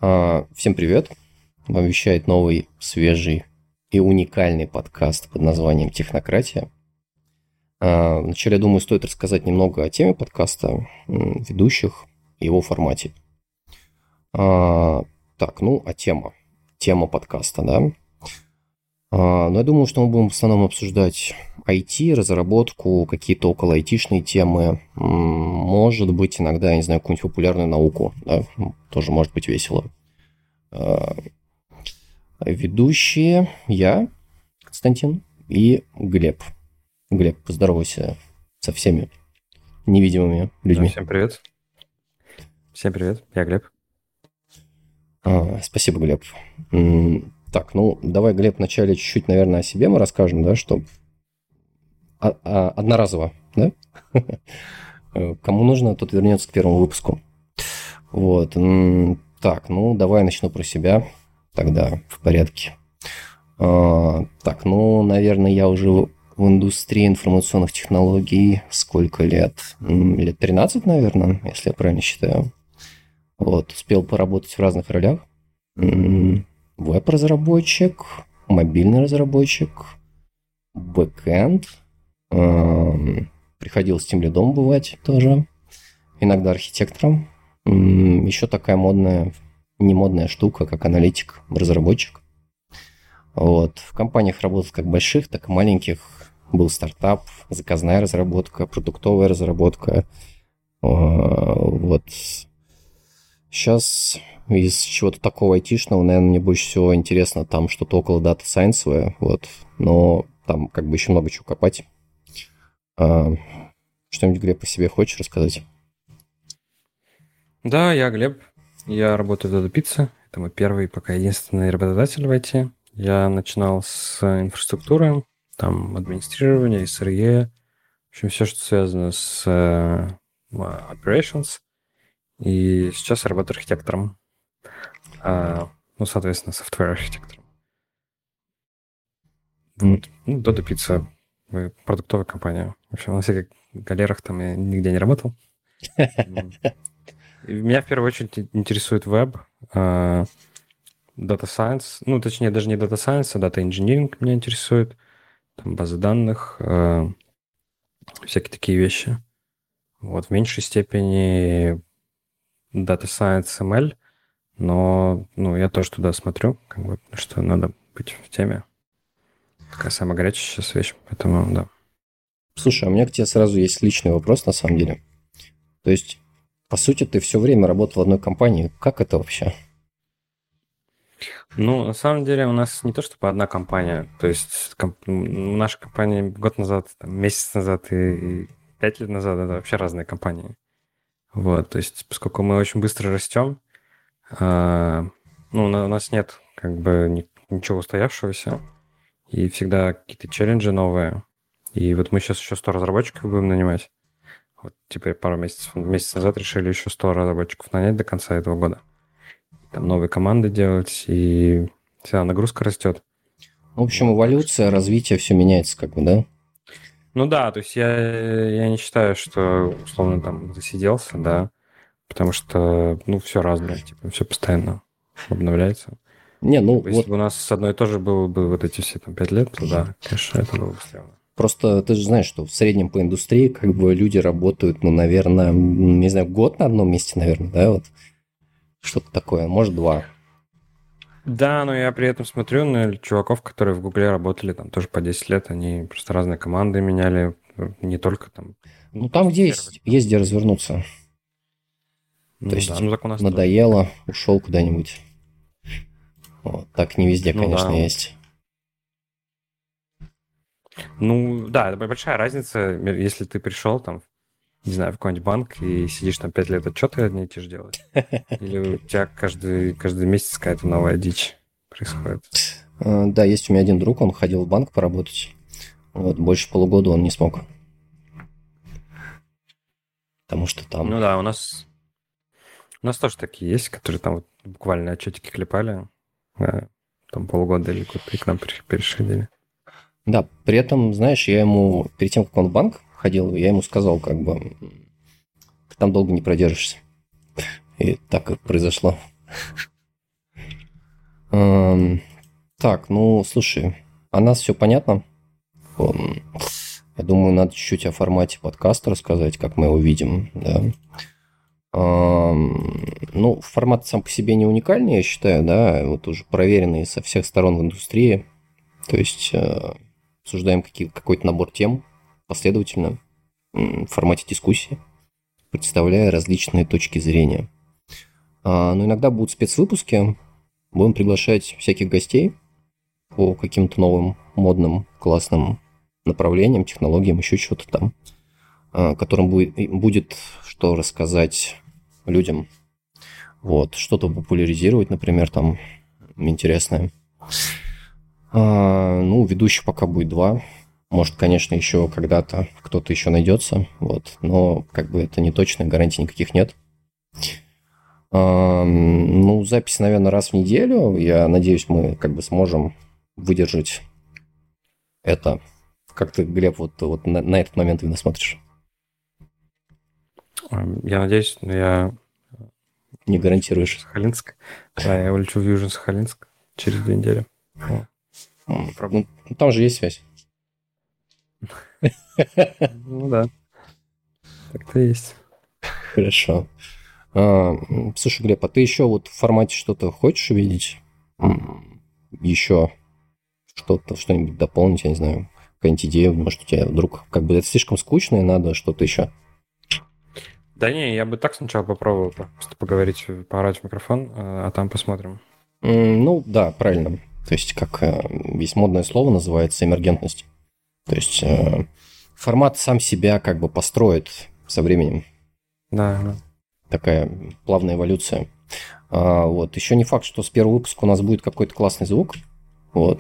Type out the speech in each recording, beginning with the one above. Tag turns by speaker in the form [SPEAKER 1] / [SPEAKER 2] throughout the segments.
[SPEAKER 1] Всем привет! Вам вещает новый, свежий и уникальный подкаст под названием «Технократия». Вначале, я думаю, стоит рассказать немного о теме подкаста, ведущих и его формате. О теме. Тема подкаста, да? Но я думаю, что мы будем в основном обсуждать IT, разработку, какие-то около айтишные темы. Может быть, иногда, я не знаю, какую-нибудь популярную науку. Да? Тоже может быть весело. Ведущие я, Константин, и Глеб. Глеб, поздоровайся со всеми невидимыми людьми.
[SPEAKER 2] Да, всем привет. Всем привет, я Глеб.
[SPEAKER 1] Спасибо, Глеб. Давай, Глеб, вначале чуть-чуть, наверное, о себе мы расскажем, да, что одноразово, да? Кому нужно, тот вернется к первому выпуску. Вот. Давай начну про себя тогда в порядке. Наверное, я уже в индустрии информационных технологий сколько лет? Лет 13, наверное, если я правильно считаю. Вот, успел поработать в разных ролях. Веб-разработчик, мобильный разработчик, бэкэнд. Приходилось тимлидом бывать тоже. Иногда архитектором. Еще такая модная, не модная штука, как аналитик, разработчик. Вот. В компаниях работал как больших, так и маленьких. Был стартап, заказная разработка, продуктовая разработка. Вот. Сейчас из чего-то такого айтишного, наверное, мне больше всего интересно там что-то около Data Science, вот. Но там как бы еще много чего копать. Что-нибудь, Глеб, по себе хочешь рассказать?
[SPEAKER 2] Да, я Глеб. Я работаю в Dodo Pizza. Это мой первый, пока единственный работодатель в IT. Я начинал с инфраструктуры, там администрирования, SRE, в общем, все, что связано с operations. И сейчас я работаю архитектором. Соответственно, software-архитектором. Вот. Dodo Pizza, продуктовая компания. В общем, на всяких галерах там я нигде не работал. Меня в первую очередь интересует веб, Data Science, точнее, даже не Data Science, а Data Engineering меня интересует, там базы данных, всякие такие вещи. Вот, в меньшей степени Data Science, ML, но я тоже туда смотрю, как бы, что надо быть в теме. Такая самая горячая сейчас вещь, поэтому да.
[SPEAKER 1] Слушай, у меня к тебе сразу есть личный вопрос, на самом деле. То есть, по сути, ты все время работал в одной компании. Как это вообще?
[SPEAKER 2] На самом деле у нас не то чтобы одна компания. То есть наша компания год назад, месяц назад и 5 лет назад это вообще разные компании. Вот, то есть поскольку мы очень быстро растем, у нас нет как бы ничего устоявшегося, и всегда какие-то челленджи новые. И вот мы сейчас еще 100 разработчиков будем нанимать. Вот теперь месяц назад решили еще 100 разработчиков нанять до конца этого года. Там новые команды делать, и вся нагрузка растет.
[SPEAKER 1] В общем, эволюция, развитие, все меняется, как бы, да?
[SPEAKER 2] Да, то есть я не считаю, что условно там засиделся, да, потому что, все разное, типа, все постоянно обновляется. Если бы у нас с одной тоже было бы вот эти все там 5 лет, то да, конечно, это было бы стрёмно.
[SPEAKER 1] Просто ты же знаешь, что в среднем по индустрии как бы люди работают, наверное, не знаю, год на одном месте, наверное, да, вот что-то такое, может, 2.
[SPEAKER 2] Да, но я при этом смотрю на чуваков, которые в Гугле работали там тоже по 10 лет, они просто разные команды меняли, не только там...
[SPEAKER 1] Там, где есть где развернуться. То есть
[SPEAKER 2] так у нас
[SPEAKER 1] надоело,
[SPEAKER 2] тоже.
[SPEAKER 1] ушел куда-нибудь. Вот, так не везде, конечно, есть.
[SPEAKER 2] Да, это большая разница, если ты пришел там, не знаю, в какой-нибудь банк и сидишь там 5 лет, отчеты одни и те же делать. Или у тебя каждый месяц какая-то новая дичь происходит.
[SPEAKER 1] Да, есть у меня один друг, он ходил в банк поработать. Вот, больше полугода он не смог. Потому что там...
[SPEAKER 2] у нас тоже такие есть, которые там вот буквально отчетики клепали, там полгода или год и к нам переходили.
[SPEAKER 1] Да, при этом, знаешь, я ему, перед тем, как он в банк ходил, я ему сказал, как бы, ты там долго не продержишься. И так и произошло. Эм, Так, ну, слушай, о нас все понятно. Я думаю, надо чуть-чуть о формате подкаста рассказать, как мы его видим, да. Ну, формат сам по себе не уникальный, я считаю, да, вот уже проверенный со всех сторон в индустрии. То есть обсуждаем какой-то набор тем последовательно в формате дискуссии, представляя различные точки зрения. Но иногда будут спецвыпуски, будем приглашать всяких гостей по каким-то новым, модным, классным направлениям, технологиям, еще что-то там, которым будет что рассказать людям. Вот, что-то популяризировать, например, там интересное. Ну, ведущих пока будет 2. Может, конечно, еще когда-то кто-то еще найдется, вот, но как бы это не точно, гарантий никаких нет. Ну, запись, наверное, раз в неделю. Я надеюсь, мы как бы сможем выдержать это. Как ты, Глеб, вот на этот момент именно смотришь?
[SPEAKER 2] Я надеюсь, но я
[SPEAKER 1] Не гарантируешь.
[SPEAKER 2] Сахалинск. Да, я улечу в Южный Сахалинск через 2 недели.
[SPEAKER 1] Ну, там же есть связь.
[SPEAKER 2] Ну да, так-то есть.
[SPEAKER 1] Хорошо. Слушай, Глеб, а ты еще вот в формате что-то хочешь увидеть? Еще что-нибудь дополнить, я не знаю, какая-нибудь идея, может, у тебя вдруг как бы это слишком скучно, и надо что-то еще?
[SPEAKER 2] Да не, я бы так сначала попробовал просто поговорить, поорать в микрофон, а там посмотрим.
[SPEAKER 1] Ну, да, правильно. То есть, как есть модное слово называется эмергентность. То есть, формат сам себя как бы построит со временем.
[SPEAKER 2] Да.
[SPEAKER 1] Такая плавная эволюция. Вот. Еще не факт, что с первого выпуска у нас будет какой-то классный звук. Вот.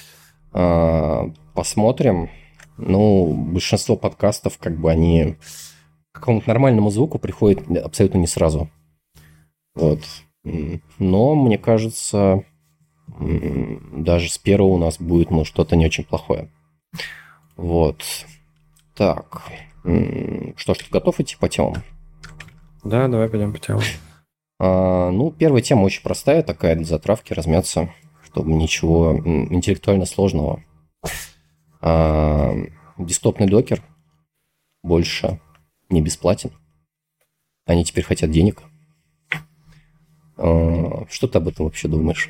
[SPEAKER 1] Посмотрим. Ну, большинство подкастов, как бы они к какому-то нормальному звуку приходят абсолютно не сразу. Вот. Но, мне кажется, даже с первого у нас будет, ну, что-то не очень плохое. Вот. Так. Что ж, ты готов идти по темам?
[SPEAKER 2] Да, давай пойдем по темам.
[SPEAKER 1] Ну, первая тема очень простая, такая для затравки, размяться, чтобы ничего интеллектуально сложного. Десктопный докер больше не бесплатен. Они теперь хотят денег. Что ты об этом вообще думаешь?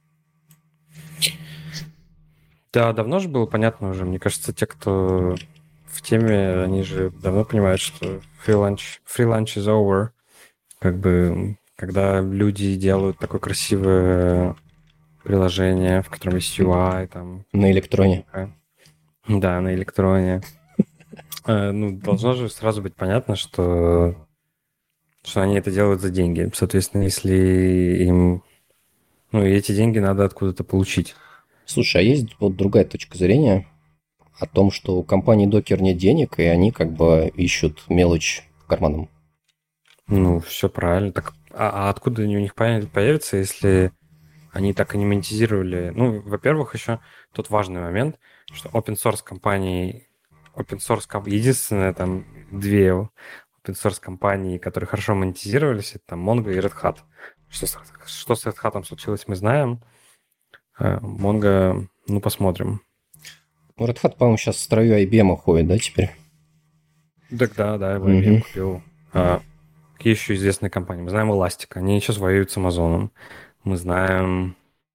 [SPEAKER 2] Да, давно же было понятно уже. Мне кажется, те, кто в теме, они же давно понимают, что free lunch is over. Как бы, когда люди делают такое красивое приложение, в котором есть UI, там...
[SPEAKER 1] На электроне.
[SPEAKER 2] Да, на электроне. Ну, должно же сразу быть понятно, что они это делают за деньги. Соответственно, если им... Ну, и эти деньги надо откуда-то получить.
[SPEAKER 1] Слушай, а есть вот другая точка зрения о том, что у компании Docker нет денег, и они как бы ищут мелочь карманом.
[SPEAKER 2] Ну, все правильно. Так, а откуда у них появится, если они так и не монетизировали? Ну, во-первых, еще тут важный момент, что open source компании, единственное там 2 open source компании, которые хорошо монетизировались, это там Mongo и Red Hat. Что с Red Hat случилось, мы знаем. Mongo, ну, посмотрим.
[SPEAKER 1] Red Hat, по-моему, сейчас в строю IBM ходит, да, теперь?
[SPEAKER 2] Так да, его IBM купил. Какие еще известные компании? Мы знаем Elastic, они сейчас воюют с Amazon. Мы знаем...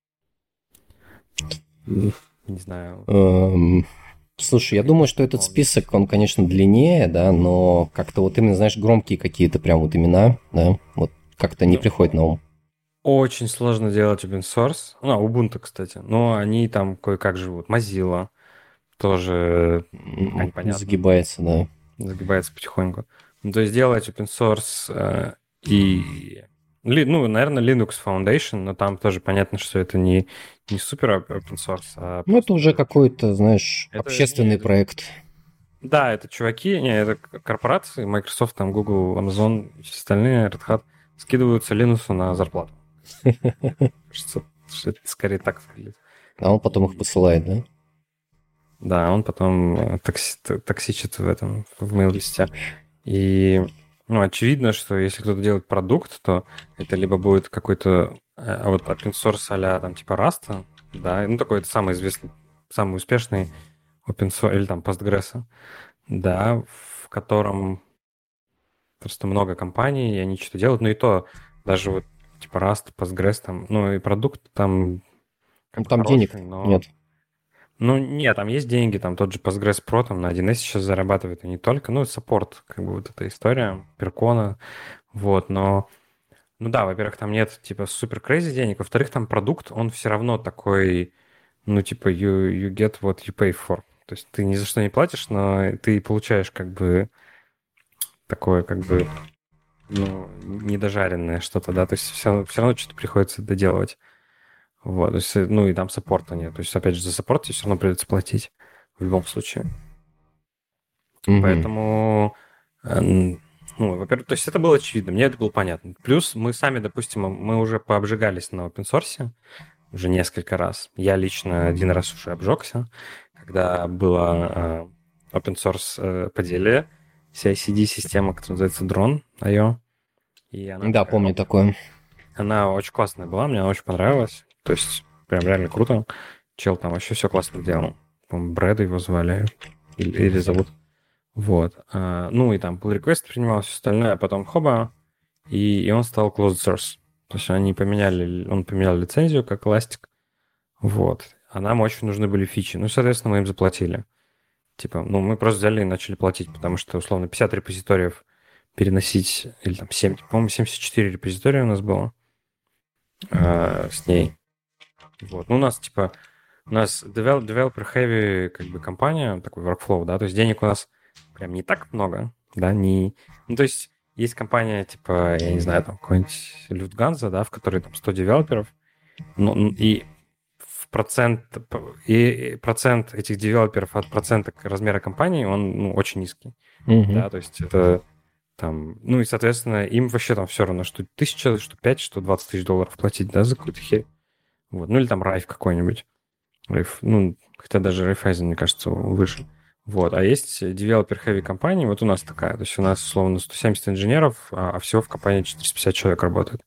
[SPEAKER 2] Не знаю.
[SPEAKER 1] Слушай, я думаю, что этот список, он, конечно, длиннее, да, но как-то вот именно, знаешь, громкие какие-то прям вот имена, да, вот как-то не приходит на ум.
[SPEAKER 2] Очень сложно делать open source. Ну, Ubuntu, кстати. Но они там кое-как живут. Mozilla тоже непонятно.
[SPEAKER 1] Загибается, да.
[SPEAKER 2] Загибается потихоньку. Ну, то есть делать open source и... Ну, наверное, Linux Foundation, но там тоже понятно, что это не супер open source.
[SPEAKER 1] Ну, это уже какой-то, знаешь, общественный проект.
[SPEAKER 2] Да, это чуваки, это корпорации, Microsoft, там, Google, Amazon, все остальные, Red Hat, скидываются Linux на зарплату. Кажется, что это скорее так выглядит.
[SPEAKER 1] А он потом их посылает, да?
[SPEAKER 2] Да, он потом токсичит в мейл-листе. И, очевидно, что если кто-то делает продукт, то это либо будет какой-то А вот open source а-ля там типа Rust, да, ну такой это самый известный, самый успешный open source, или там Postgres, да, в котором просто много компаний, и они что-то делают, но и то даже вот типа Rust, Postgres там, ну и продукт там как
[SPEAKER 1] Ну,
[SPEAKER 2] бы
[SPEAKER 1] там денег
[SPEAKER 2] хороший, но...
[SPEAKER 1] нет.
[SPEAKER 2] Ну, нет, там есть деньги, там тот же Postgres Pro там на 1С сейчас зарабатывает, и не только, ну, саппорт, как бы вот эта история, Перкона, вот, но, ну да, во-первых, там нет, типа, супер crazy денег, во-вторых, там продукт, он все равно такой, ну, типа, you get what you pay for, то есть ты ни за что не платишь, но ты получаешь, как бы, такое, как бы, ну, недожаренное что-то, да, то есть все равно что-то приходится доделывать. Вот, то есть, ну и там саппорта нет. То есть, опять же, за саппорт тебе все равно придется платить в любом случае.
[SPEAKER 1] Мгм.
[SPEAKER 2] Поэтому, ну, во-первых, то есть это было очевидно, мне это было понятно. Плюс мы сами, допустим, мы уже пообжигались на open source уже несколько раз. Я лично один раз уже обжегся, когда было open source поделие, CI/CD-система, которая называется Drone.io, и она
[SPEAKER 1] Да,
[SPEAKER 2] такая,
[SPEAKER 1] помню
[SPEAKER 2] оп,
[SPEAKER 1] такое.
[SPEAKER 2] она очень классная была, мне она очень понравилась. То есть прям реально круто. Чел там вообще все классно делал. По-моему, Брэда его звали или зовут. Вот. Ну и там pull request принимал, все остальное, а потом хоба, и он стал closed source. То есть он поменял лицензию, как Elastic. Вот. А нам очень нужны были фичи. Ну, соответственно, мы им заплатили. Типа, ну, мы просто взяли и начали платить, потому что, условно, 50 репозиториев переносить, или там 7, по-моему, 74 репозитория у нас было с ней. Вот. Ну, у нас, типа, у нас developer heavy, как бы, компания, такой workflow, да, то есть денег у нас прям не так много, да, не... Ну, то есть есть компания, типа, я не знаю, там, какой-нибудь Lufthansa, да, в которой там 100 девелоперов, и в процент, и процент этих девелоперов от процента размера компании, он, ну, очень низкий,
[SPEAKER 1] Мгм.
[SPEAKER 2] да, то есть это там, ну, и, соответственно, им вообще там все равно, что 1000, что 5, что 20 тысяч долларов платить, да, за какую-то херь. Вот. Ну, или там Райф какой-нибудь. Райф, ну, хотя даже Райфайзен, мне кажется, выше. Вот. А есть developer heavy компании, вот у нас такая. То есть у нас, условно, 170 инженеров, а всего в компании 450 человек работает.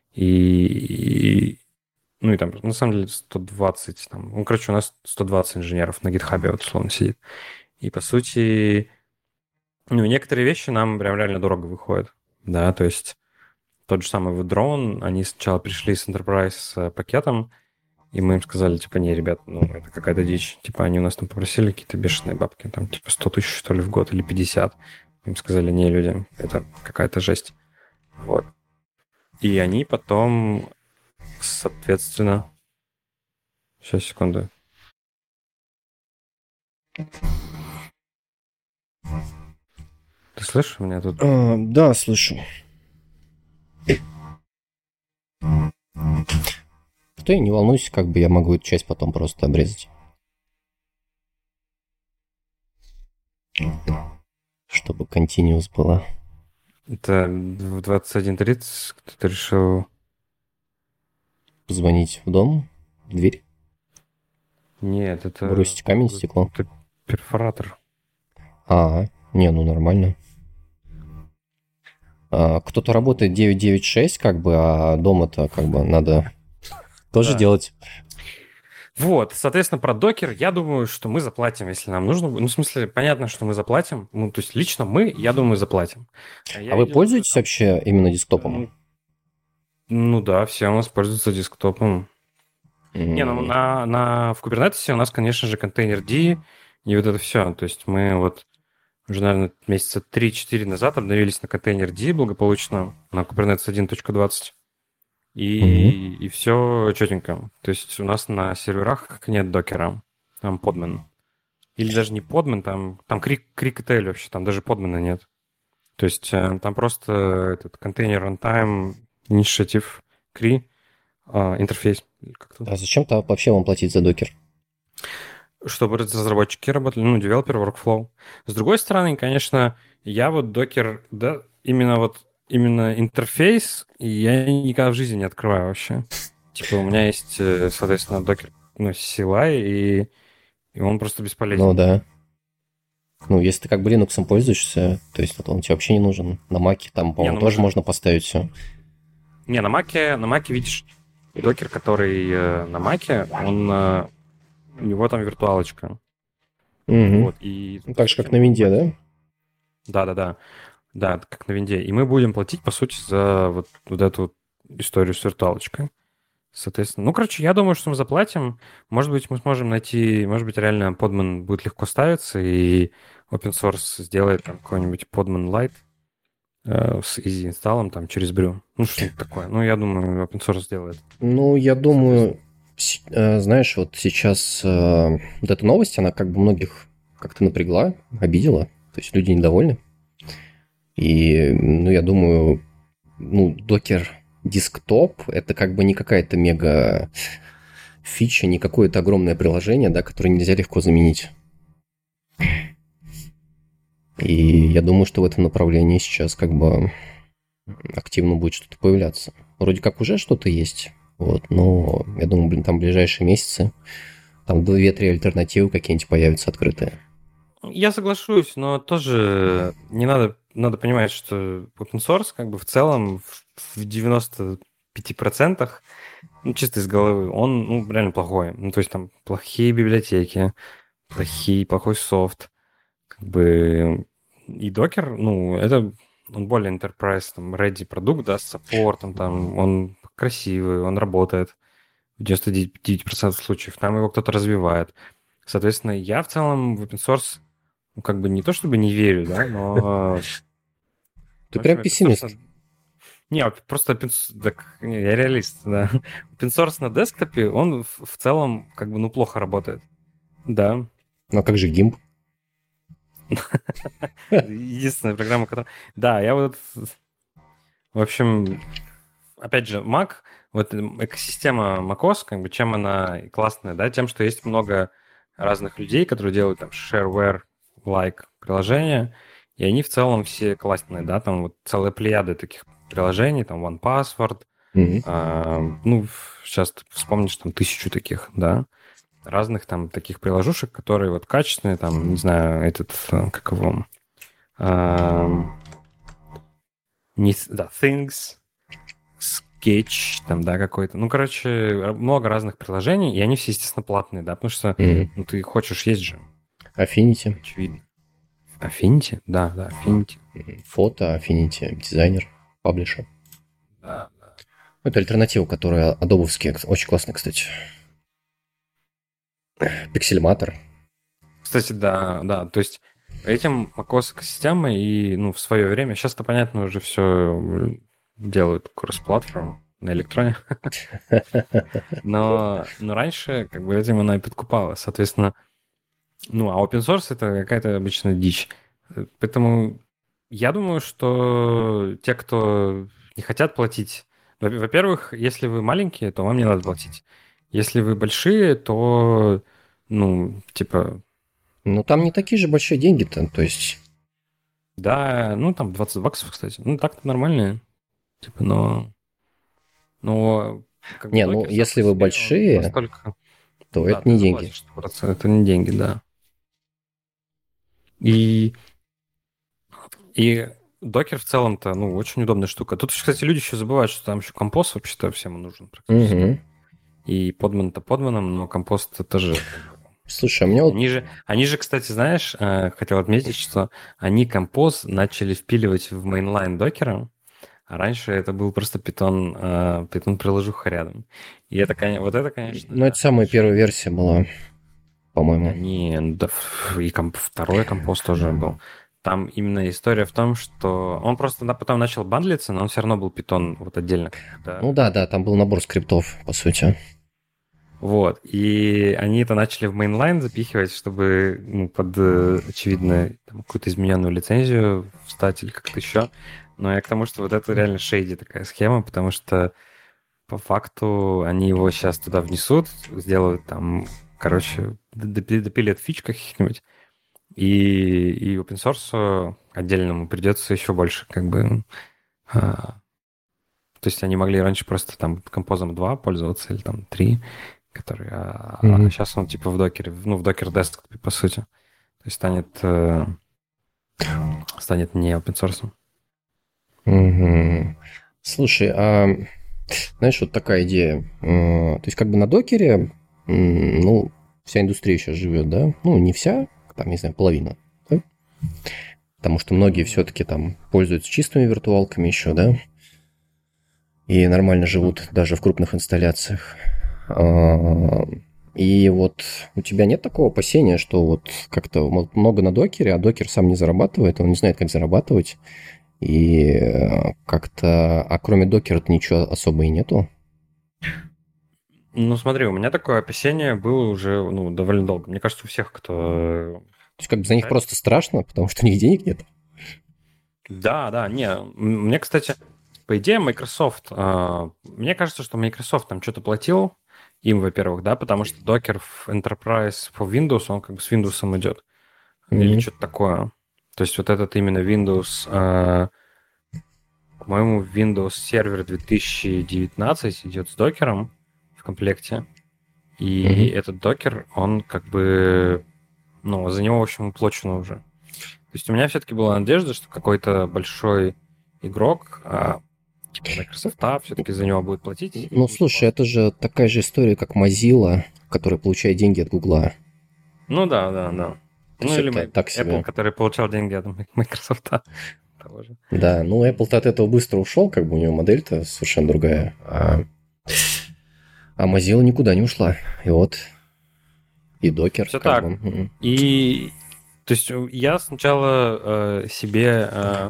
[SPEAKER 2] Ну, и там, на самом деле, 120, там, ну, короче, у нас 120 инженеров на гитхабе, вот, условно, сидит. И, по сути, ну, некоторые вещи нам прям реально дорого выходят. Да, то есть тот же самый вот дрон, они сначала пришли с Enterprise пакетом, и мы им сказали, типа, не, ребят, ну, это какая-то дичь. Типа, они у нас там попросили какие-то бешеные бабки, там, типа, 100 тысяч, что ли, в год или 50. Им сказали, не, люди, это какая-то жесть. Вот. И они потом, соответственно... Сейчас, секунду. Ты слышишь меня тут?
[SPEAKER 1] Да, слышу. Ты не волнуйся, как бы я могу эту часть потом просто обрезать. Чтобы continuous была.
[SPEAKER 2] Это в 21:30 кто-то решил...
[SPEAKER 1] Позвонить в дом, в дверь,
[SPEAKER 2] Нет, это
[SPEAKER 1] бросить камень, стекло.
[SPEAKER 2] перфоратор.
[SPEAKER 1] Не, ну нормально. Кто-то работает 996, как бы, а дома-то как бы надо тоже
[SPEAKER 2] Да.
[SPEAKER 1] делать.
[SPEAKER 2] Вот, соответственно, про докер, я думаю, что мы заплатим, если нам нужно. Ну, в смысле, понятно, что мы заплатим. Ну, то есть лично мы, я думаю, заплатим. Я
[SPEAKER 1] А вы
[SPEAKER 2] видел уже
[SPEAKER 1] пользуетесь
[SPEAKER 2] там...
[SPEAKER 1] вообще именно десктопом?
[SPEAKER 2] Ну да, все у нас пользуются десктопом. Не, ну
[SPEAKER 1] М,
[SPEAKER 2] в Kubernetes у нас, конечно же, контейнер D и вот это все. То есть мы вот уже, наверное, месяца 3-4 назад обновились на контейнер D благополучно, на Kubernetes 1.20.
[SPEAKER 1] мгм.
[SPEAKER 2] И все четенько. То есть у нас на серверах нет докера, там подмен. Или даже не подмен, там крик-этель вообще, там даже подмена нет. То есть там просто этот контейнер runtime initiative CRI интерфейс. Как тут?
[SPEAKER 1] А зачем-то вообще вам платить за докер?
[SPEAKER 2] Чтобы разработчики работали, ну, developer workflow. С другой стороны, конечно, я вот докер, да, именно интерфейс, я никогда в жизни не открываю вообще. Типа у меня есть, соответственно, докер, ну, CLI, и он просто
[SPEAKER 1] Ну
[SPEAKER 2] бесполезен.
[SPEAKER 1] да. Ну, если ты как бы Linux пользуешься, то есть вот он тебе вообще не нужен. На Маке там,
[SPEAKER 2] Не,
[SPEAKER 1] по-моему,
[SPEAKER 2] ну мы
[SPEAKER 1] тоже
[SPEAKER 2] же...
[SPEAKER 1] можно поставить все.
[SPEAKER 2] Не, на Маке, видишь, докер, который на Маке, у него там виртуалочка.
[SPEAKER 1] Угу.
[SPEAKER 2] Вот, и по
[SPEAKER 1] Так же,
[SPEAKER 2] сути
[SPEAKER 1] как на
[SPEAKER 2] мы будем
[SPEAKER 1] винде,
[SPEAKER 2] платить.
[SPEAKER 1] да?
[SPEAKER 2] Да-да-да. Да, как на винде. И мы будем платить, по сути, за вот эту вот историю с виртуалочкой. Соответственно, ну, короче, я думаю, что мы заплатим. Может быть, мы сможем найти, может быть, реально Podman будет легко ставиться, и open source сделает там какой-нибудь Podman Lite с easy инсталлом там через Brew. Ну, что-нибудь такое. Ну, я думаю, open source сделает.
[SPEAKER 1] Ну, я
[SPEAKER 2] Соответственно.
[SPEAKER 1] думаю, знаешь, вот сейчас вот эта новость, она как бы многих как-то напрягла, обидела. То есть люди недовольны. И, ну, я думаю, ну, докер десктоп это как бы не какая-то мега фича, не какое-то огромное приложение, да, которое нельзя легко заменить. И я думаю, что в этом направлении сейчас как бы активно будет что-то появляться. Вроде как уже что-то есть, вот, но я думаю, блин, там в ближайшие месяцы там 2-3 альтернативы какие-нибудь появятся открытые.
[SPEAKER 2] Я соглашусь, но тоже не надо понимать, что open source как бы в целом в 95%, ну, чисто из головы, он, ну, реально плохой. Ну, то есть там плохие библиотеки, плохой софт, как бы и докер, ну, это он более enterprise, там, ready продукт, да, с саппортом, там, он красивый, он работает в 99% случаев, там его кто-то развивает. Соответственно, я в целом в open source, ну, как бы не то чтобы не верю, да, но, в
[SPEAKER 1] Ты прям
[SPEAKER 2] общем, open source
[SPEAKER 1] пессимист.
[SPEAKER 2] Не, просто так, не, я реалист, да. Open source на десктопе, он в целом как бы, ну, плохо работает. Да.
[SPEAKER 1] Ну а как же гимп?
[SPEAKER 2] Единственная программа, которая... Да, я вот... В общем, опять же, Mac, вот экосистема macOS, как бы, чем она классная, да, тем, что есть много разных людей, которые делают там shareware-like приложения, и они в целом все классные, да, там вот целая плеяда таких приложений, там OnePassword,
[SPEAKER 1] Мгм.
[SPEAKER 2] ну, сейчас ты вспомнишь там 1000 таких, да, разных там таких приложушек, которые вот качественные, там, не знаю, как его, ам, да, Things, Sketch, там, да, какой-то. Ну, короче, много разных приложений, и они все, естественно, платные, да, потому что,
[SPEAKER 1] Мгм.
[SPEAKER 2] ну, ты хочешь есть же,
[SPEAKER 1] Affinity.
[SPEAKER 2] очевидно. Affinity? Да, да, Affinity.
[SPEAKER 1] Фото, Affinity, дизайнер, паблишер.
[SPEAKER 2] Да.
[SPEAKER 1] Это альтернатива, которая адобовские. Очень классная, кстати. Пиксельматор.
[SPEAKER 2] Кстати, да, да, то есть этим macOS экосистема и, ну, в свое время, сейчас-то, понятно, уже все делают кросс-платформ на электроне, но раньше как бы этим она и подкупала, соответственно, ну, а open source это какая-то обычная дичь. Поэтому я думаю, что те, кто не хотят платить, во-первых, если вы маленькие, то вам не надо платить. Если вы большие, то, ну, типа,
[SPEAKER 1] Ну, там не такие же большие деньги-то. То есть,
[SPEAKER 2] да, ну там $20, кстати. Ну так-то нормально. Типа, но как бы
[SPEAKER 1] не, ну,
[SPEAKER 2] докер сам по
[SPEAKER 1] если вы
[SPEAKER 2] себе, он
[SPEAKER 1] большие,
[SPEAKER 2] настолько...
[SPEAKER 1] то
[SPEAKER 2] Да,
[SPEAKER 1] это
[SPEAKER 2] ты
[SPEAKER 1] не деньги.
[SPEAKER 2] заплатишь 100%, это не деньги, да. И, и докер в целом-то, ну, очень удобная штука. Тут, кстати, люди еще забывают, что там еще компост вообще-то всем нужен практически.
[SPEAKER 1] Мгм.
[SPEAKER 2] И подман-то подманом, но компост тоже...
[SPEAKER 1] Слушай, а мне вот...
[SPEAKER 2] Они же, кстати, знаешь, хотел отметить, что они компост начали впиливать в мейнлайн докера. А раньше это был просто питон-приложуха рядом. И это, вот это,
[SPEAKER 1] Ну, это
[SPEAKER 2] конечно,
[SPEAKER 1] самая первая
[SPEAKER 2] жесть.
[SPEAKER 1] версия была,
[SPEAKER 2] Да
[SPEAKER 1] по-моему.
[SPEAKER 2] не, ну да, и второй компост тоже был. Там именно история в том, что он просто потом начал бандлиться, но он все равно был питон вот отдельно.
[SPEAKER 1] Ну
[SPEAKER 2] Да.
[SPEAKER 1] да, да, там был набор скриптов, по сути.
[SPEAKER 2] Вот. И они это начали в мейнлайн запихивать, чтобы, ну, под, очевидно, там, какую-то измененную лицензию встать или как-то еще. Но я к тому, что вот это реально шейди такая схема, потому что по факту они его сейчас туда внесут, сделают там, короче, допилят фич каких-нибудь, и open source отдельному придется еще больше, как бы... то есть они могли раньше просто там композом 2 пользоваться или там 3, который,
[SPEAKER 1] Мгм.
[SPEAKER 2] сейчас он типа в докере, ну, в докер десктопе, по сути. То есть станет не open source.
[SPEAKER 1] Мгм. Слушай, а Знаешь, вот такая идея. То есть как бы на докере, ну, вся индустрия сейчас живет, да? Ну, не вся, там, не знаю, половина. Да? Потому что многие все-таки там пользуются чистыми виртуалками еще, да? И нормально живут даже в крупных инсталляциях. И вот у тебя нет такого опасения, что вот как-то много на докере, а докер сам не зарабатывает, он не знает, как зарабатывать, и как-то... А кроме докера-то ничего особо и нету?
[SPEAKER 2] Ну, смотри, у меня такое опасение было уже довольно долго. Мне кажется, у всех, кто...
[SPEAKER 1] То есть как бы за них просто страшно, потому что у них денег нет?
[SPEAKER 2] Да, не. Мне, кстати, по идее, Microsoft... Мне кажется, что Microsoft там что-то платил им, во-первых, да, потому что Docker в Enterprise for Windows, он как бы с Windows идет. Или что-то такое. То есть вот этот именно Windows... По-моему, Windows Server 2019 идет с докером в комплекте. И этот докер, он как бы... Ну, за него, в общем, уплочено уже. То есть у меня все-таки была надежда, что какой-то большой игрок, типа Microsoft, все-таки за него будет платить.
[SPEAKER 1] Ну, слушай, это же такая же история, как Mozilla, которая получает деньги от Гугла.
[SPEAKER 2] Ну да. Ну или
[SPEAKER 1] так
[SPEAKER 2] Apple,
[SPEAKER 1] себе.
[SPEAKER 2] который получал деньги от Microsoft. Того же.
[SPEAKER 1] Да, ну Apple-то от этого быстро ушел, как бы у него модель-то совершенно другая. А Mozilla никуда не ушла. И вот, и докер.
[SPEAKER 2] Все так. И, то есть, я сначала себе,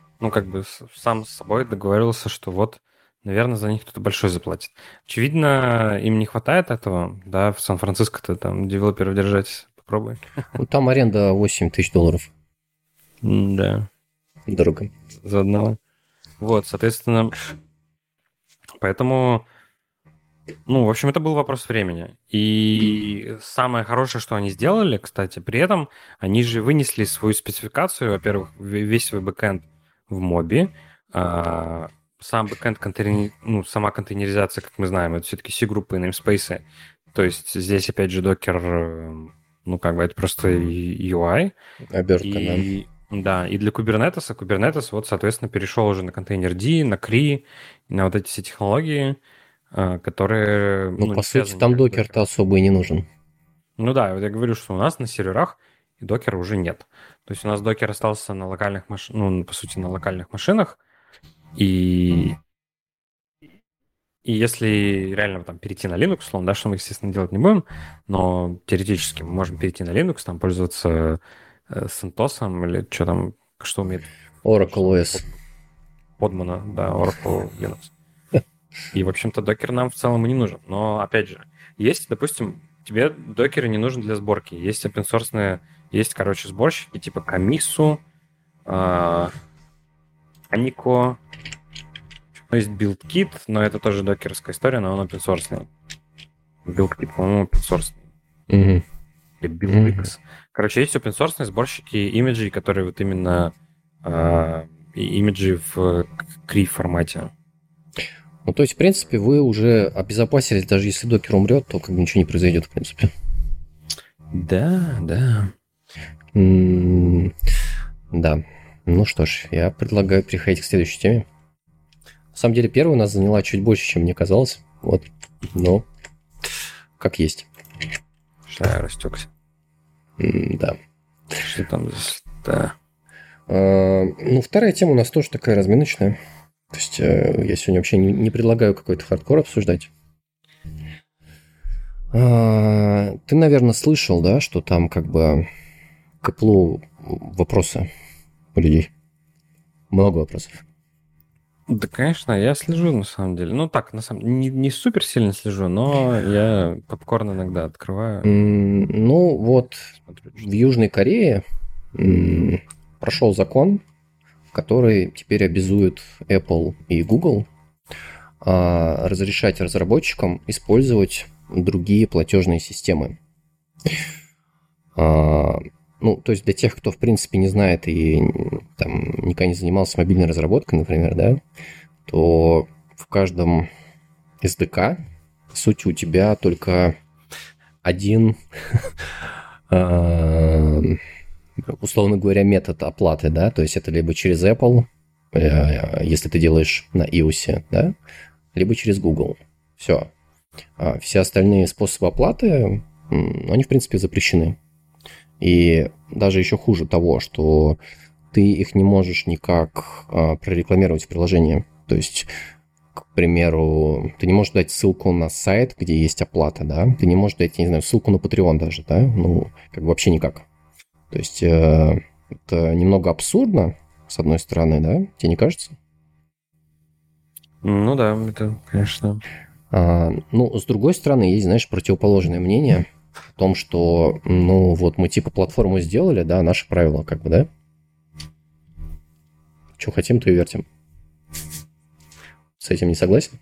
[SPEAKER 2] сам с собой договорился, что вот, наверное, за них кто-то большой заплатит. Очевидно, им не хватает этого, да, в Сан-Франциско-то там девелоперов держать, попробуй.
[SPEAKER 1] Ну, там аренда $8000.
[SPEAKER 2] Да.
[SPEAKER 1] Дорого.
[SPEAKER 2] За одного. Вот, соответственно, поэтому... Ну, в общем, это был вопрос времени. И самое хорошее, что они сделали, кстати, при этом они же вынесли свою спецификацию, во-первых, весь свой бэкэнд в моби. Сам бэкэнд, сама контейнеризация, как мы знаем, это все-таки C-группы и namespace. То есть здесь, опять же, докер, это просто UI.
[SPEAKER 1] Обертка,
[SPEAKER 2] да. И для Kubernetes, вот, соответственно, перешел уже на контейнер-D, на CRI, на вот эти все технологии, которые...
[SPEAKER 1] Ну, по сути, там докер-то особо и не нужен.
[SPEAKER 2] Ну да, вот я говорю, что у нас на серверах и докера уже нет. То есть у нас докер остался на локальных машинах, по сути, на локальных машинах, и если реально там перейти на Linux, условно, да, что мы, естественно, делать не будем, но теоретически мы можем перейти на Linux, там пользоваться CentOS или что умеет...
[SPEAKER 1] Oracle OS.
[SPEAKER 2] Подмана, да, Oracle Linux. И, в общем-то, докер нам в целом и не нужен. Но, опять же, есть, допустим, тебе докер не нужен для сборки. Есть open-source, сборщики типа Kamisu, Aniko, есть BuildKit, но это тоже докеровская история, но он open-source. BuildKit, по-моему, open-source. Или BuildX. Короче, есть open-source сборщики имиджей, которые вот именно имиджи в CRI формате.
[SPEAKER 1] Ну, то есть, в принципе, вы уже обезопасились, даже если докер умрет, то как бы ничего не произойдет, в принципе.
[SPEAKER 2] Да.
[SPEAKER 1] Да. Ну что ж, я предлагаю переходить к следующей теме. На самом деле, первая у нас заняла чуть больше, чем мне казалось. Вот. Но как есть.
[SPEAKER 2] Что я растекся.
[SPEAKER 1] Да.
[SPEAKER 2] Что там здесь? Да.
[SPEAKER 1] Вторая тема у нас тоже такая разминочная. То есть я сегодня вообще не предлагаю какой-то хардкор обсуждать. Ты, наверное, слышал, да, что там как бы к Apple вопросы у людей. Много вопросов.
[SPEAKER 2] Да, конечно, я слежу, на самом деле. Ну, так, на самом деле, не супер сильно слежу, но я попкорн иногда открываю.
[SPEAKER 1] Ну, вот смотрю, в Южной Корее прошел закон, который теперь обязует Apple и Google разрешать разработчикам использовать другие платежные системы. То есть для тех, кто, в принципе, не знает и там никогда не занимался мобильной разработкой, например, да, то в каждом SDK, по сути, у тебя только один, условно говоря, метод оплаты, да, то есть это либо через Apple, если ты делаешь на iOS, да, либо через Google. Все. А все остальные способы оплаты, они, в принципе, запрещены. И даже еще хуже того, что ты их не можешь никак прорекламировать в приложении. То есть, к примеру, ты не можешь дать ссылку на сайт, где есть оплата, да? Ты не можешь дать, я не знаю, ссылку на Patreon даже, да? Ну, как бы вообще никак. То есть, это немного абсурдно, с одной стороны, да? Тебе не кажется?
[SPEAKER 2] Ну да, это, конечно.
[SPEAKER 1] Ну, с другой стороны, есть, знаешь, противоположное мнение о том, что, ну, вот мы типа платформу сделали, да, наши правила, как бы, да? Что хотим, то и вертим. С этим не согласен?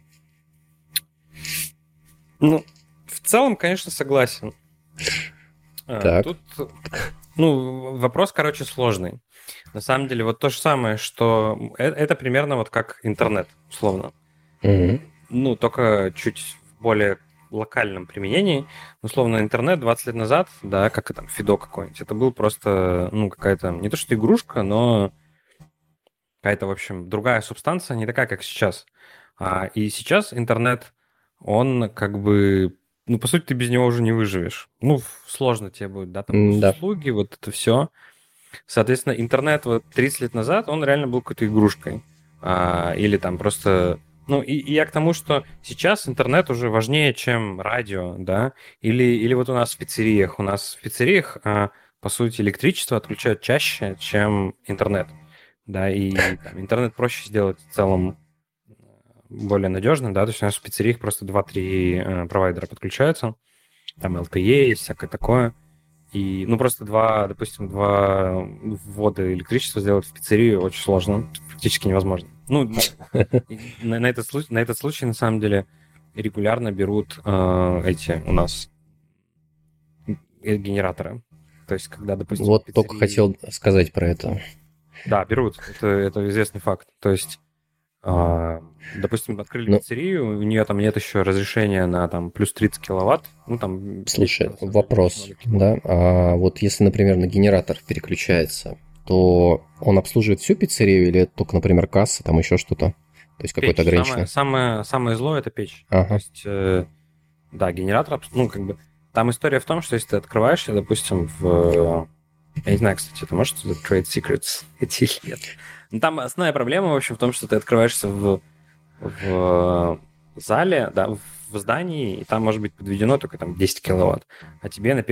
[SPEAKER 2] Ну, в целом, конечно, согласен.
[SPEAKER 1] Так.
[SPEAKER 2] Тут, ну, вопрос, короче, сложный. На самом деле, вот то же самое, что это примерно вот как интернет, условно.
[SPEAKER 1] Угу.
[SPEAKER 2] Ну, только чуть в более локальном применении. Условно, интернет 20 лет назад, да, как и там Фидо какой-нибудь, это был просто, ну, какая-то, не то что игрушка, но какая-то, в общем, другая субстанция, не такая, как сейчас. И сейчас интернет, он как бы, ну, по сути, ты без него уже не выживешь. Ну, сложно тебе будет, да, там,
[SPEAKER 1] Да.
[SPEAKER 2] услуги, вот это все. Соответственно, интернет вот 30 лет назад, он реально был какой-то игрушкой. Или там просто... Ну, и я к тому, что сейчас интернет уже важнее, чем радио, да, или вот у нас в пиццериях. У нас в пиццериях, по сути, электричество отключают чаще, чем интернет. Да, и там, интернет проще сделать в целом более надежным, да, то есть у нас в пиццериях просто 2-3 провайдера подключаются, там LTE и всякое такое. И, ну, просто допустим, два ввода электричества сделать в пиццерию очень сложно, практически невозможно. Ну, на этот случай, на самом деле, регулярно берут эти у нас генераторы. То есть, когда, допустим,
[SPEAKER 1] Вот только хотел сказать про это.
[SPEAKER 2] Да, берут. Это известный факт. То есть, допустим, открыли пиццерию, у нее там нет еще разрешения на там плюс 30 киловатт. Ну, там...
[SPEAKER 1] Слушай, вопрос, да? А вот если, например, на генератор переключается, то он обслуживает всю пиццерию или это только, например, касса, там еще что-то? То есть какое-то ограниченное?
[SPEAKER 2] Самое злое – это печь.
[SPEAKER 1] Ага.
[SPEAKER 2] То есть, да, генератор, ну, как бы... Там история в том, что если ты открываешься, допустим, я не знаю, кстати, это может trade secrets идти или нет. Но там основная проблема, в общем, в том, что ты открываешься в зале, да, в здании, и там может быть подведено только там 10 киловатт. А тебе на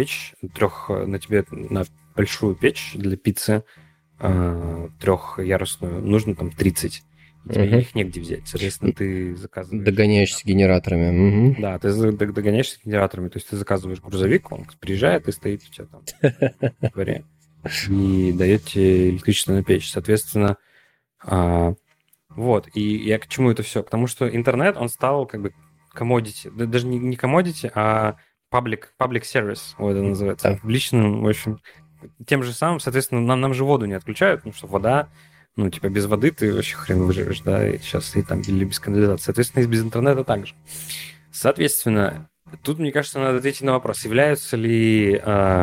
[SPEAKER 2] большую печь для пиццы трехъярусную нужно там 30. И тебе их негде взять. Соответственно, ты заказываешь...
[SPEAKER 1] Догоняешься с генераторами. Угу.
[SPEAKER 2] Да, ты догоняешься с генераторами. То есть ты заказываешь грузовик, он приезжает и стоит у тебя там во дворе и дает тебе электричество на печь. Соответственно, вот. И я к чему это все? К тому, что интернет, он стал как бы commodity. Даже не commodity, а public service, вот это называется.
[SPEAKER 1] Да.
[SPEAKER 2] Публичным, в общем, тем же самым, соответственно, нам же воду не отключают, потому что вода, ну, типа, без воды ты вообще хрен выживешь, да, и сейчас и там или без канализации. Соответственно, и без интернета также. Соответственно, тут, мне кажется, надо ответить на вопрос, являются ли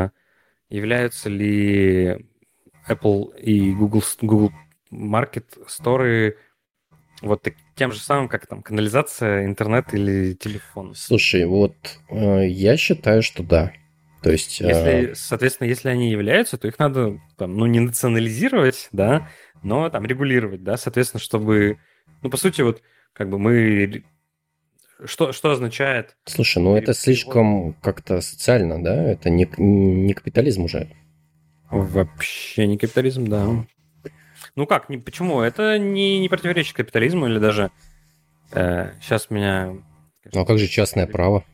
[SPEAKER 2] Apple и Google Market Store вот тем же самым, как там канализация, интернет или телефон?
[SPEAKER 1] Слушай, вот я считаю, что да. То есть...
[SPEAKER 2] Соответственно, если они являются, то их надо там, ну, не национализировать, да, но там регулировать, да, соответственно, чтобы, ну, по сути, вот как бы мы... Что означает...
[SPEAKER 1] Слушай, ну это слишком как-то социально, да? Это не капитализм уже.
[SPEAKER 2] Вообще не капитализм, да. Ну как, почему? Это не противоречит капитализму или даже... сейчас меня...
[SPEAKER 1] Ну а как же частное право?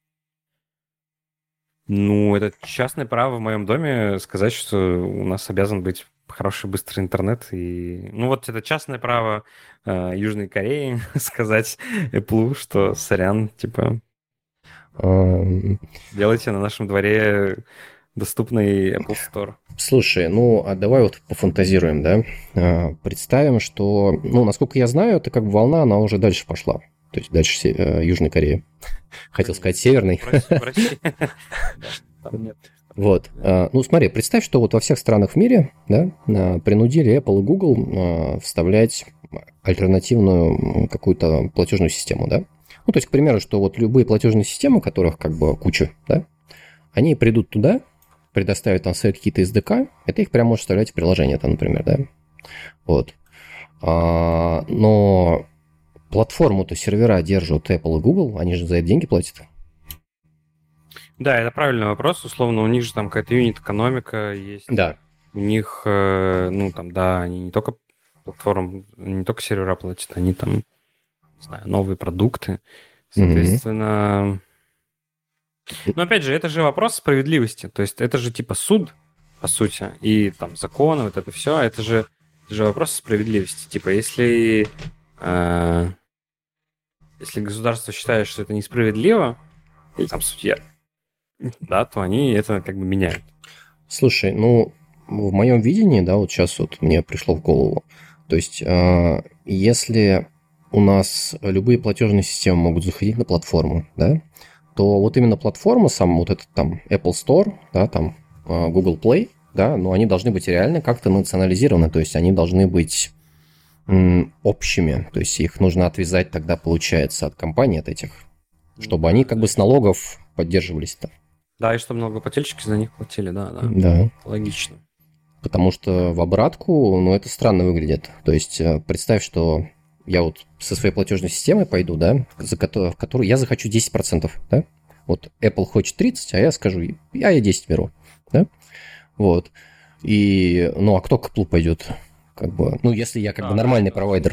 [SPEAKER 2] Ну, это частное право в моем доме сказать, что у нас обязан быть хороший быстрый интернет. И... Ну вот это частное право Южной Кореи сказать Apple, что сорян, типа, делайте на нашем дворе доступный Apple Store.
[SPEAKER 1] Слушай, ну а давай вот пофантазируем, да? Представим, что, ну, насколько я знаю, это как бы волна, она уже дальше пошла. То есть дальше Южной Кореи. Хотел сказать Северной.
[SPEAKER 2] В России. Там нет.
[SPEAKER 1] Вот. Ну, смотри, представь, что вот во всех странах в мире, да, принудили Apple и Google вставлять альтернативную какую-то платежную систему, да. Ну, то есть, к примеру, что вот любые платежные системы, которых как бы куча, да, они придут туда, предоставят там свои какие-то SDK, и ты их прямо можешь вставлять в приложение, там, например, да. Вот. Но платформу-то сервера держат Apple и Google, они же за это деньги платят.
[SPEAKER 2] Да, это правильный вопрос. Условно, у них же там какая-то юнит-экономика есть.
[SPEAKER 1] Да.
[SPEAKER 2] У них, ну, там, да, они не только платформ, не только сервера платят, они там, не знаю, новые продукты. Соответственно... Но, опять же, это же вопрос справедливости. То есть это же типа суд, по сути, и там законы, вот это все, это же вопрос справедливости. Типа, если государство считает, что это несправедливо, или там судья, да, то они это как бы меняют.
[SPEAKER 1] Слушай, ну, в моем видении, да, вот сейчас вот мне пришло в голову, то есть если у нас любые платежные системы могут заходить на платформу, да, то вот именно платформа, сам вот этот там Apple Store, да, там Google Play, да, но они должны быть реально как-то национализированы, то есть они должны быть общими, то есть их нужно отвязать тогда, получается, от компаний, от этих, чтобы они как бы с налогов поддерживались-то.
[SPEAKER 2] Да, и чтобы налогоплательщики за них платили, да.
[SPEAKER 1] Да.
[SPEAKER 2] Логично.
[SPEAKER 1] Потому что в обратку, ну, это странно выглядит. То есть представь, что я вот со своей платежной системой пойду, да, в которую я захочу 10%, да. Вот Apple хочет 30, а я скажу, я 10 беру, да. Вот. И, ну, а кто к Apple пойдет? Как бы, ну, если я как бы нормальный провайдер.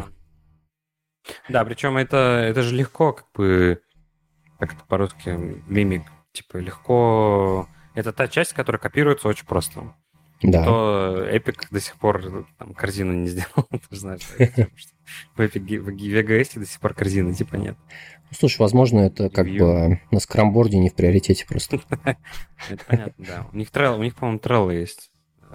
[SPEAKER 2] Да, причем это же легко, как бы, как это по-русски, мимик, типа, легко... Это та часть, которая копируется очень просто.
[SPEAKER 1] Да.
[SPEAKER 2] То Epic до сих пор там корзину не сделал, ты знаешь. В Epic, в VGS до сих пор корзины типа нет.
[SPEAKER 1] Слушай, возможно, это как бы на скрамборде не в приоритете просто.
[SPEAKER 2] Это понятно, да. У них, по-моему, Trello есть.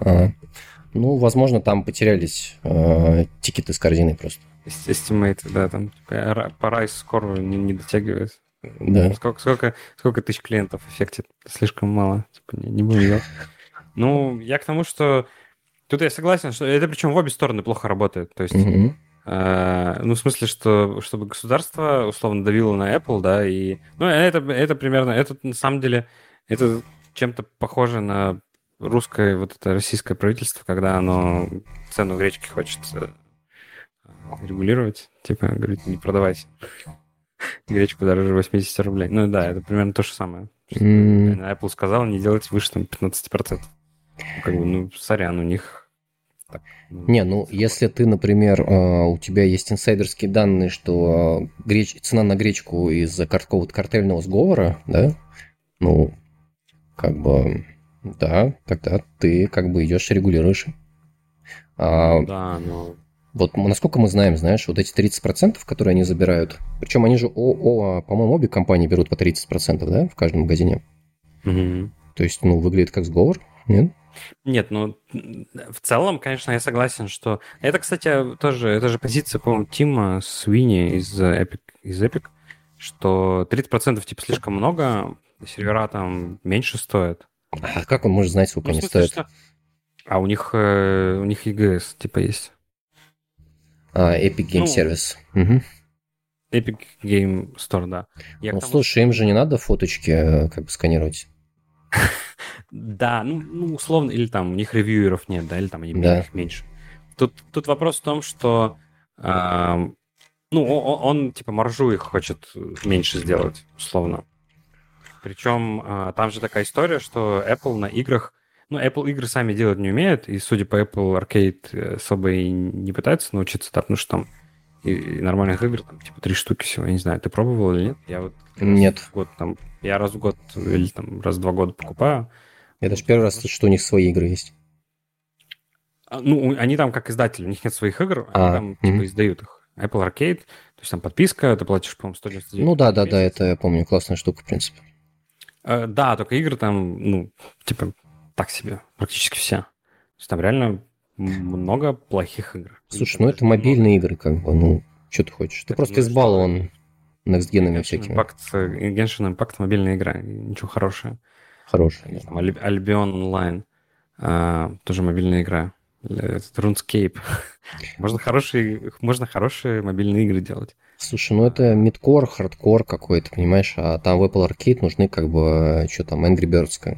[SPEAKER 1] Ну, возможно, там потерялись тикеты с корзиной просто.
[SPEAKER 2] Estimate, да, там по Rise скоро не дотягивает.
[SPEAKER 1] Да.
[SPEAKER 2] Сколько тысяч клиентов эффектит? Слишком мало. Типа, не будем делать. Ну, я к тому, что тут я согласен, что это причем в обе стороны плохо работает. То есть, ну, в смысле, что чтобы государство условно давило на Apple, да, и... Ну, это примерно... Это, на самом деле, это чем-то похоже на русское, вот это российское правительство, когда оно цену гречки хочет регулировать. Типа, говорит, не продавайте гречку дороже 80 рублей. Ну, да, это примерно то же самое. Apple сказал не делать выше там 15%. Как бы, ну, сорян, у них... Так,
[SPEAKER 1] не, ну, если ты, например, у тебя есть инсайдерские данные, что цена на гречку из-за какого-то картельного сговора, да, ну, как бы, да, тогда ты как бы идешь и регулируешь.
[SPEAKER 2] Да, но...
[SPEAKER 1] Вот насколько мы знаем, знаешь, вот эти 30%, которые они забирают, причем они же, по-моему, обе компании берут по 30%, да, в каждом магазине.
[SPEAKER 2] Угу.
[SPEAKER 1] То есть, ну, выглядит как сговор, нет?
[SPEAKER 2] Нет, ну, в целом, конечно, я согласен, что... Это, кстати, тоже, это же позиция, по-моему, Тима Свини из Epic, что 30% типа слишком много, сервера там меньше стоят.
[SPEAKER 1] А как он может знать, сколько они стоят?
[SPEAKER 2] Что... А у них EGS, типа, есть.
[SPEAKER 1] Epic Game Service. Угу.
[SPEAKER 2] Epic Game Store, да.
[SPEAKER 1] Ну, слушай, им же не надо фоточки как бы сканировать.
[SPEAKER 2] Да, ну, условно, или там у них ревьюеров нет, да, или там они их меньше. Тут вопрос в том, что ну, он типа маржу их хочет меньше сделать, условно. Причем там же такая история, что Apple на играх... Ну, Apple игры сами делать не умеют, и, судя по Apple Arcade, особо и не пытаются научиться, потому что там и нормальных игр, там, типа, 3 штуки всего, я не знаю, ты пробовал или нет? Я вот
[SPEAKER 1] нет.
[SPEAKER 2] Я раз в год или там раз в 2 года покупаю.
[SPEAKER 1] Я даже первый раз слышу, что у них свои игры есть.
[SPEAKER 2] Ну, они там как издатели, у них нет своих игр, они там типа издают их. Apple Arcade, то есть там подписка, ты платишь, по-моему, 199.
[SPEAKER 1] Ну да, это я помню, классная штука, в принципе.
[SPEAKER 2] Да, только игры там, ну, типа, так себе, практически все. То есть там реально много плохих игр.
[SPEAKER 1] Слушай, ну это мобильные игры, как бы, ну, что ты хочешь? Ты просто избалован некстгенами всякими.
[SPEAKER 2] Genshin Impact мобильная игра, ничего хорошего.
[SPEAKER 1] Хорошая.
[SPEAKER 2] Там Albion Online, тоже мобильная игра. Этот RuneScape. Можно хорошие мобильные игры делать.
[SPEAKER 1] Слушай, ну это мидкор, хардкор какой-то, понимаешь, а там в Apple Arcade нужны как бы, что там, Angry Birds.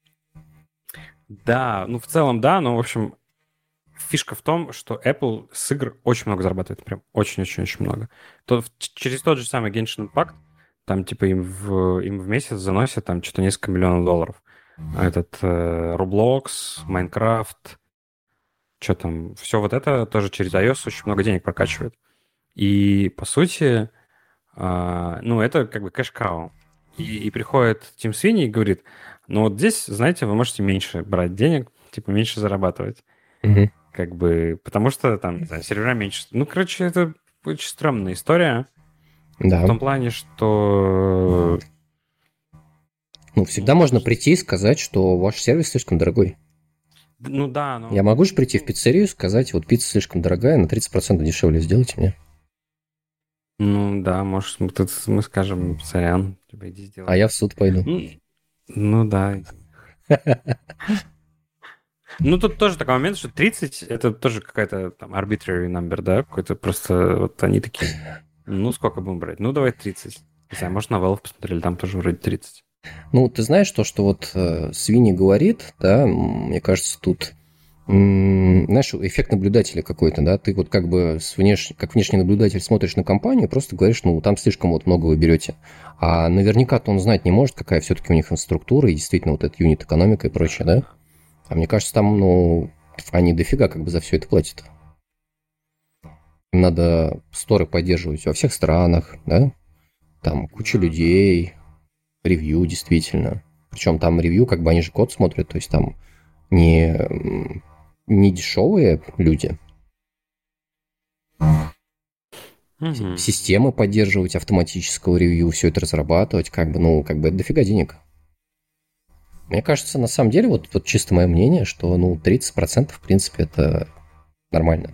[SPEAKER 2] Да, ну в целом да, но в общем фишка в том, что Apple с игр очень много зарабатывает, прям очень-очень-очень много. Через тот же самый Genshin Impact, там типа им в месяц заносят там что-то несколько миллионов долларов. А этот Roblox, Minecraft, что там, все вот это тоже через iOS очень много денег прокачивает. И по сути, ну это как бы кэш-кау. И приходит Тим Свини и говорит, ну вот здесь, знаете, вы можете меньше брать денег, типа меньше зарабатывать.
[SPEAKER 1] Угу.
[SPEAKER 2] Как бы, потому что там, не знаю, сервера меньше. Ну, короче, это очень стрёмная история.
[SPEAKER 1] Да.
[SPEAKER 2] В том плане, что...
[SPEAKER 1] Ну, всегда можно прийти и сказать, что ваш сервис слишком дорогой.
[SPEAKER 2] Ну да, но...
[SPEAKER 1] Я могу же прийти в пиццерию и сказать, вот пицца слишком дорогая, на 30% дешевле сделайте мне.
[SPEAKER 2] Ну да, может, мы скажем, сорян, типа иди сделай.
[SPEAKER 1] А я в суд пойду.
[SPEAKER 2] Ну да. Ну, тут тоже такой момент, что 30 это тоже какая-то там arbitrary number, да? Какой-то просто вот они такие, ну, сколько будем брать? Ну, давай 30. Не знаю, может, на Valve посмотрели, там тоже вроде 30.
[SPEAKER 1] Ну, ты знаешь то, что вот Свини говорит, да, мне кажется, тут, знаешь, эффект наблюдателя какой-то, да, ты вот как бы как внешний наблюдатель смотришь на компанию, просто говоришь, ну, там слишком вот много вы берете. А наверняка-то он знать не может, какая все-таки у них инфраструктура и действительно вот эта юнит-экономика и прочее, да. А мне кажется, там, ну, они дофига как бы за все это платят. Им надо сторы поддерживать во всех странах, да, там куча людей, ревью действительно. Причем там ревью, как бы они же код смотрят, то есть там не дешевые люди. Системы поддерживать автоматического ревью, все это разрабатывать, как бы, ну, как бы это дофига денег. Мне кажется, на самом деле, вот чисто мое мнение, что, ну, 30% в принципе это нормально.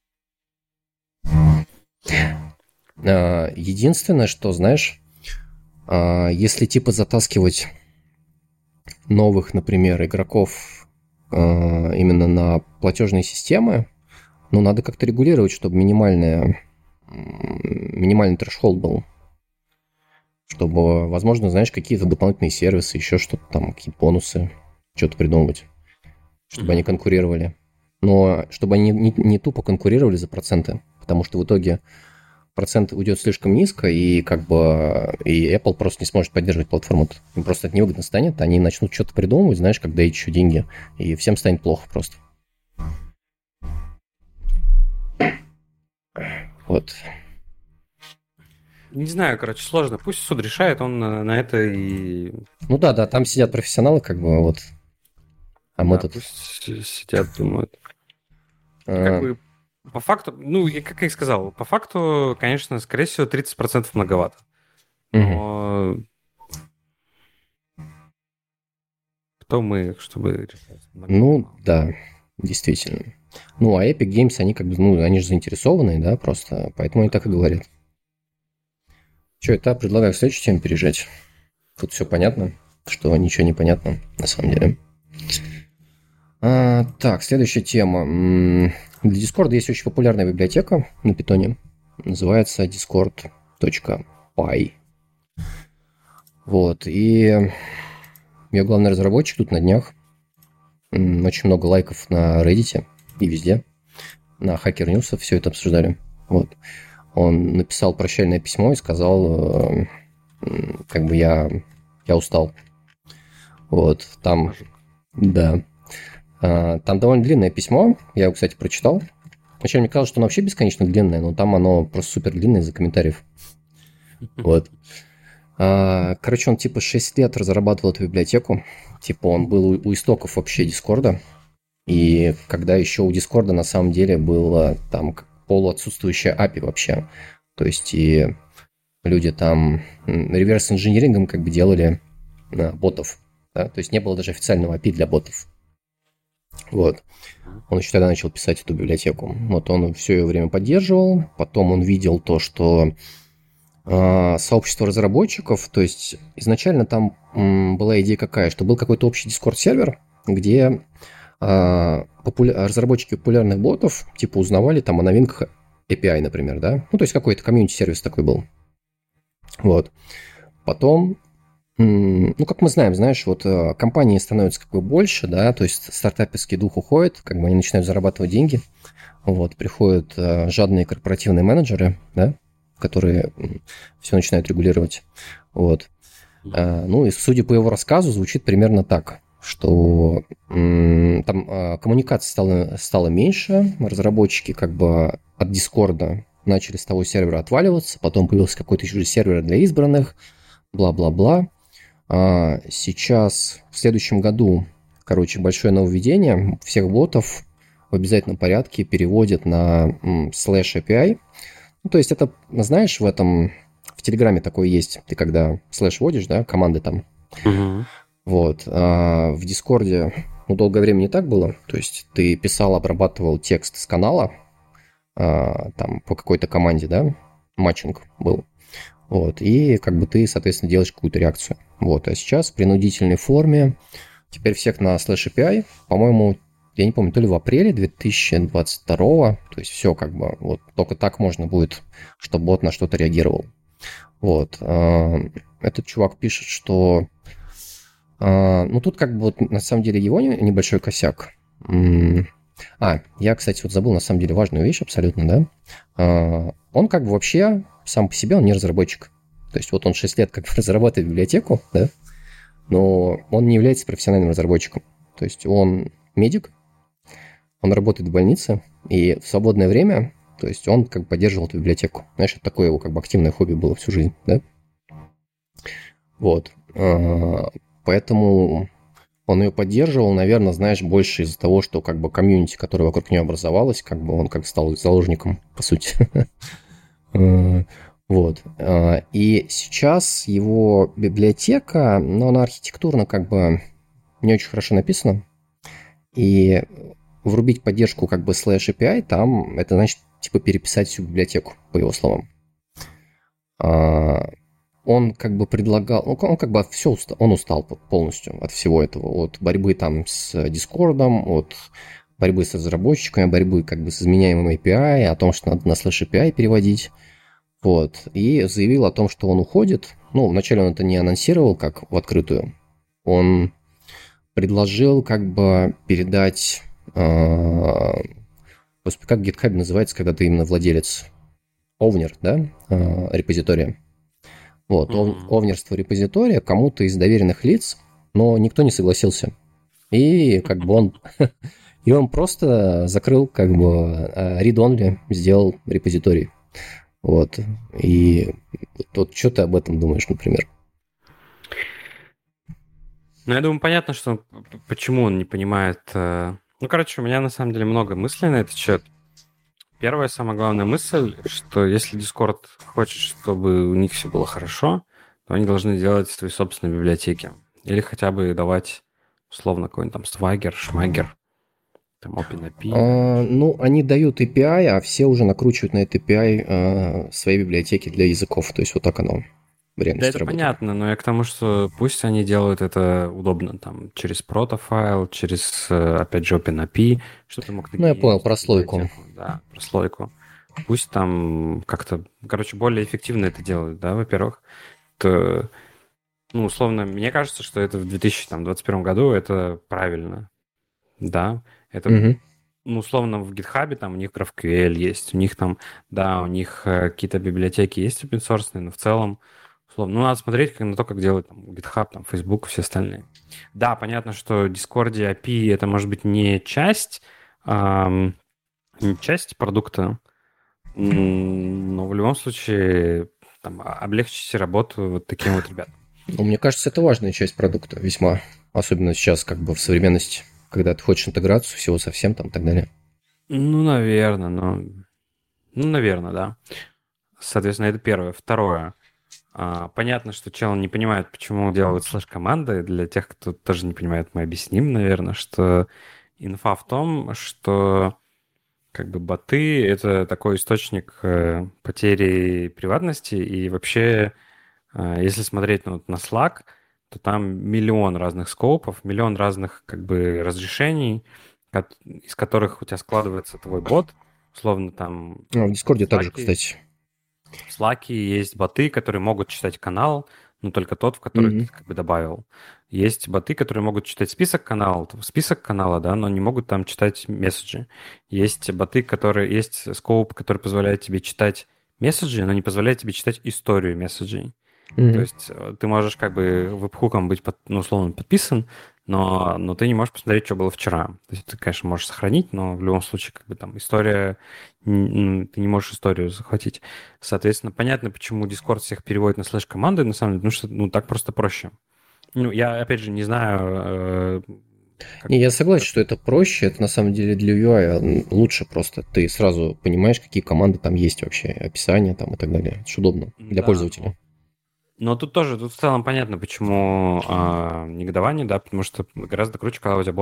[SPEAKER 1] Единственное, что, знаешь, если типа затаскивать новых, например, игроков именно на платежные системы, ну, надо как-то регулировать, чтобы минимальный трэшхолд был. Чтобы, возможно, знаешь, какие-то дополнительные сервисы, еще что-то там, какие-то бонусы, что-то придумывать, чтобы они конкурировали. Но чтобы они не тупо конкурировали за проценты, потому что в итоге процент уйдет слишком низко, и как бы и Apple просто не сможет поддерживать платформу. Им просто это невыгодно станет, они начнут что-то придумывать, знаешь, когда еще деньги, и всем станет плохо просто. Вот.
[SPEAKER 2] Не знаю, короче, сложно. Пусть суд решает, он на это и...
[SPEAKER 1] Ну да, там сидят профессионалы, как бы, вот. А мы тут...
[SPEAKER 2] Пусть сидят, думают. Как бы по факту, ну, как я и сказал, по факту, конечно, скорее всего, 30% многовато. Но кто мы, чтобы решать?
[SPEAKER 1] Ну, да, действительно. Ну, а Epic Games, они как бы, ну, они же заинтересованные, да, просто, поэтому они так и говорят. Че, это предлагаю к следующей теме переезжать. Тут все понятно, что ничего не понятно, на самом деле. Так, следующая тема. Для Discord есть очень популярная библиотека на питоне. Называется discord.py. Вот, и ее главный разработчик тут на днях. Очень много лайков на Reddit и везде. На Hacker News все это обсуждали. Вот. Он написал прощальное письмо и сказал, как бы я устал. Вот, там, да. Там довольно длинное письмо, я его, кстати, прочитал. Вначале мне казалось, что оно вообще бесконечно длинное, но там оно просто супер длинное из-за комментариев. Вот. Короче, он типа 6 лет разрабатывал эту библиотеку. Типа он был у истоков вообще Дискорда. И когда еще у Дискорда на самом деле было там полуотсутствующее API вообще. То есть и люди там реверс-инжинирингом как бы делали ботов. Да? То есть не было даже официального API для ботов. Вот. Он еще тогда начал писать эту библиотеку. Вот он все ее время поддерживал. Потом он видел то, что сообщество разработчиков. То есть изначально там была идея какая, что был какой-то общий Discord-сервер, где разработчики популярных ботов типа узнавали там о новинках API, например, да? Ну, то есть какой-то комьюнити-сервис такой был. Вот. Потом, ну, как мы знаем, знаешь, вот компании становятся как бы больше, да, то есть стартаперский дух уходит, как бы они начинают зарабатывать деньги. Вот, приходят жадные корпоративные менеджеры, да, которые все начинают регулировать. Вот. Ну, и судя по его рассказу, звучит примерно так, что там коммуникация стала меньше, разработчики как бы от Дискорда начали с того сервера отваливаться, потом появился какой-то еще сервер для избранных, бла-бла-бла. Сейчас, в следующем году, короче, большое нововведение, всех ботов в обязательном порядке переводят на /API. Ну, то есть это, знаешь, в Телеграме такое есть. Ты когда слэш вводишь, да, команды там.
[SPEAKER 2] Угу.
[SPEAKER 1] Вот. В Дискорде, ну, долгое время не так было. То есть ты писал, обрабатывал текст с канала, там, по какой-то команде, да, матчинг был. Вот. И как бы ты, соответственно, делаешь какую-то реакцию. Вот. А сейчас в принудительной форме теперь всех на /API, по-моему, я не помню, то ли в апреле 2022, то есть все как бы, вот только так можно будет, чтобы бот на что-то реагировал. Вот. Этот чувак пишет, что... Ну, тут как бы вот на самом деле его небольшой косяк. Я, кстати, вот забыл на самом деле важную вещь абсолютно, да. Он как бы вообще сам по себе, он не разработчик. То есть вот он 6 лет как бы разрабатывает библиотеку, да, но он не является профессиональным разработчиком. То есть он медик, он работает в больнице, и в свободное время, то есть он как бы поддерживал эту библиотеку. Знаешь, это такое его как бы активное хобби было всю жизнь, да? Вот. Поэтому он ее поддерживал, наверное, знаешь, больше из-за того, что как бы комьюнити, которое вокруг нее образовалось, как бы он как стал заложником, по сути. Вот. И сейчас его библиотека, но она архитектурно как бы не очень хорошо написана. И врубить поддержку как бы /API, там это значит типа переписать всю библиотеку, по его словам. Он как бы предлагал, он как бы он устал полностью от всего этого, от борьбы там с Дискордом, от борьбы с разработчиками, борьбы как бы с изменяемым API, о том, что надо на /API переводить. Вот. И заявил о том, что он уходит. Ну, вначале он это не анонсировал как в открытую. Он предложил как бы передать... Господи, как в GitHub называется, когда ты именно владелец? Овнер, да? Репозитория. Вот, овнерство репозитория кому-то из доверенных лиц, но никто не согласился. И как бы он просто закрыл как бы read-only, сделал репозиторий. Вот. И вот что ты об этом думаешь, например?
[SPEAKER 2] Ну, я думаю, понятно, что почему он не понимает. Ну, короче, у меня на самом деле много мыслей на этот счет. Первая, самая главная мысль, что если Discord хочет, чтобы у них все было хорошо, то они должны делать свои собственные библиотеки. Или хотя бы давать, условно, какой-нибудь там Swagger, Шмагер, там OpenAPI.
[SPEAKER 1] Ну, они дают API, а все уже накручивают на этот API свои библиотеки для языков. То есть вот так оно в реальности
[SPEAKER 2] Да, это
[SPEAKER 1] работает.
[SPEAKER 2] понятно, но я к тому, что пусть они делают это удобно, там, через протофайл, через, опять же, OpenAPI, что ты мог
[SPEAKER 1] Ну, я понял,
[SPEAKER 2] нагенерить
[SPEAKER 1] прослойку.
[SPEAKER 2] библиотеку. Да, прослойку. Пусть там как-то, короче, более эффективно это делают, да, во-первых. То, ну, условно, мне кажется, что это в 2021 году это правильно, да. Это, ну, условно, в GitHub там у них GraphQL есть, у них там, да, у них какие-то библиотеки есть open source, но в целом, условно, ну, надо смотреть на то, как делать там, GitHub, там, Facebook и все остальные. Да, понятно, что Discord API это может быть не часть продукта, но в любом случае там, облегчите работу вот таким вот ребятам.
[SPEAKER 1] Ну, мне кажется, это важная часть продукта весьма. Особенно сейчас, как бы в современности, когда ты хочешь интеграцию всего совсем там и так далее.
[SPEAKER 2] Ну, наверное, наверное, да. Соответственно, это первое. Второе. Понятно, что чел не понимает, почему делают слэш-команды. Для тех, кто тоже не понимает, мы объясним, наверное, что инфа в том, что как бы боты — это такой источник потери приватности, и вообще, если смотреть вот на Slack, то там миллион разных скопов, миллион разных как бы разрешений, из которых у тебя складывается твой бот, условно там
[SPEAKER 1] В Дискорде также,
[SPEAKER 2] Slack.
[SPEAKER 1] кстати.
[SPEAKER 2] В Slack есть боты, которые могут читать канал, но только тот, в который ты
[SPEAKER 1] Мгм.
[SPEAKER 2] как бы добавил. Есть боты, которые могут читать список канала, да, но не могут там читать месседжи. Есть боты, которые... Есть скоуп, который позволяет тебе читать месседжи, но не позволяет тебе читать историю месседжей. То
[SPEAKER 1] Мгм.
[SPEAKER 2] есть ты можешь как бы веб-хуком быть, ну, условно, подписан, но ты не можешь посмотреть, что было вчера. То есть ты, конечно, можешь сохранить, но в любом случае как бы там история, ты не можешь историю захватить. Соответственно, понятно, почему Discord всех переводит на слэш-команды, на самом деле, потому что, ну, так просто проще. Ну, я, опять же, не знаю, как,
[SPEAKER 1] Не, я согласен,
[SPEAKER 2] как...
[SPEAKER 1] что это проще. Это на самом деле для UI лучше просто. Ты сразу понимаешь, какие команды там есть вообще, описание там и так далее. Это ж удобно для
[SPEAKER 2] Да,
[SPEAKER 1] пользователя.
[SPEAKER 2] но тут тоже, тут в целом понятно, почему негодование, да, потому что гораздо круче, когда у тебя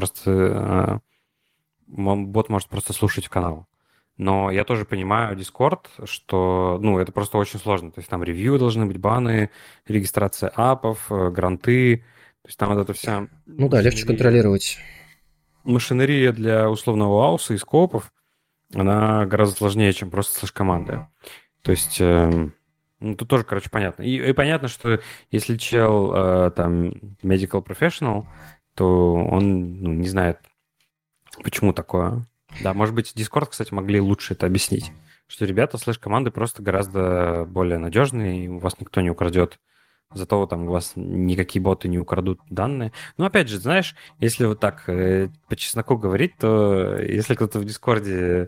[SPEAKER 2] бот может просто слушать канал. Но я тоже понимаю Discord, что, ну, это просто очень сложно. То есть там ревью должны быть, баны, регистрация апов, гранты. То есть там вот эта вся
[SPEAKER 1] Ну да, легче
[SPEAKER 2] машинерия,
[SPEAKER 1] контролировать.
[SPEAKER 2] машинерия для условного ауса и скопов, она гораздо сложнее, чем просто слэш-команда. То есть, ну, тут тоже, короче, понятно. И понятно, что если чел там medical professional, то он, ну, не знает, почему такое. Да, может быть, Discord, кстати, могли лучше это объяснить. Что ребята слэш-команды просто гораздо более надежные, и у вас никто не украдет. Зато там у вас никакие боты не украдут данные. Но опять же, знаешь, если вот так по чесноку говорить, то если кто-то в Дискорде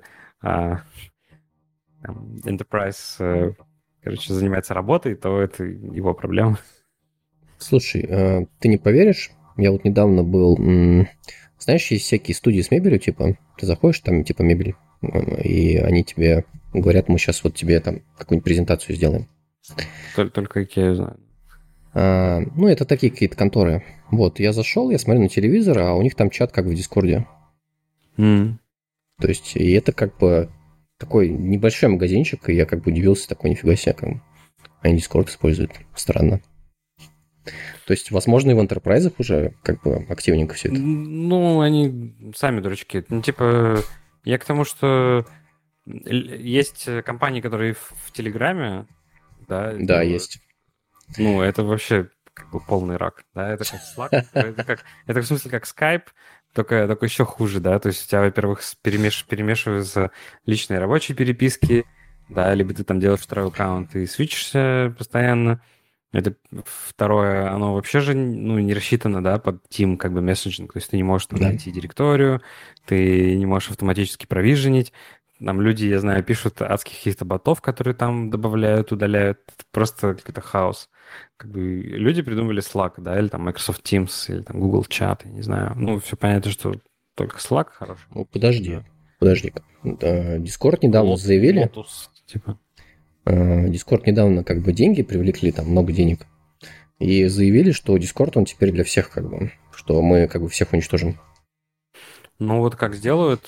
[SPEAKER 2] Enterprise, короче, занимается работой, то это его проблема.
[SPEAKER 1] Слушай, ты не поверишь, я вот недавно был... Знаешь, есть всякие студии с мебелью, типа, ты заходишь, там, типа, мебель, и они тебе говорят, мы сейчас вот тебе там какую-нибудь презентацию сделаем.
[SPEAKER 2] Только Икею знаю.
[SPEAKER 1] Ну, это такие какие-то конторы. Вот, я зашел, я смотрю на телевизор, а у них там чат как в Дискорде.
[SPEAKER 2] М.
[SPEAKER 1] То есть, и это как бы такой небольшой магазинчик, и я как бы удивился, такой, нифига себе, как они Discord используют. Странно. То есть, возможно, и в энтерпрайзах уже как бы активненько все это.
[SPEAKER 2] Ну, они сами дурачки. Ну, типа, я к тому, что есть компании, которые в Телеграме, да,
[SPEAKER 1] Да,
[SPEAKER 2] делают.
[SPEAKER 1] есть.
[SPEAKER 2] Ну, это вообще как бы полный рак, да, это как Slack, это в смысле как Skype, только еще хуже, да, то есть у тебя, во-первых, перемешиваются личные рабочие переписки, да, либо ты там делаешь второй аккаунт и свитчишься постоянно. Это второе, оно вообще же, ну, не рассчитано, да, под Team как бы месседжинг, то есть ты не можешь там
[SPEAKER 1] Да.
[SPEAKER 2] найти директорию, ты не можешь автоматически провиженить. Там люди, я знаю, пишут адских каких-то ботов, которые там добавляют, удаляют. Это просто какой-то хаос. Как бы люди придумали Slack, да, или там Microsoft Teams, или там Google Chat, я не знаю. Ну, все понятно, что только Slack хороший.
[SPEAKER 1] Ну, подожди.
[SPEAKER 2] Да.
[SPEAKER 1] Подожди. Discord недавно заявили.
[SPEAKER 2] Lotus, типа.
[SPEAKER 1] Discord недавно как бы деньги привлекли, там много денег. И заявили, что Discord, он теперь для всех как бы, что мы как бы всех уничтожим.
[SPEAKER 2] Ну, вот как сделают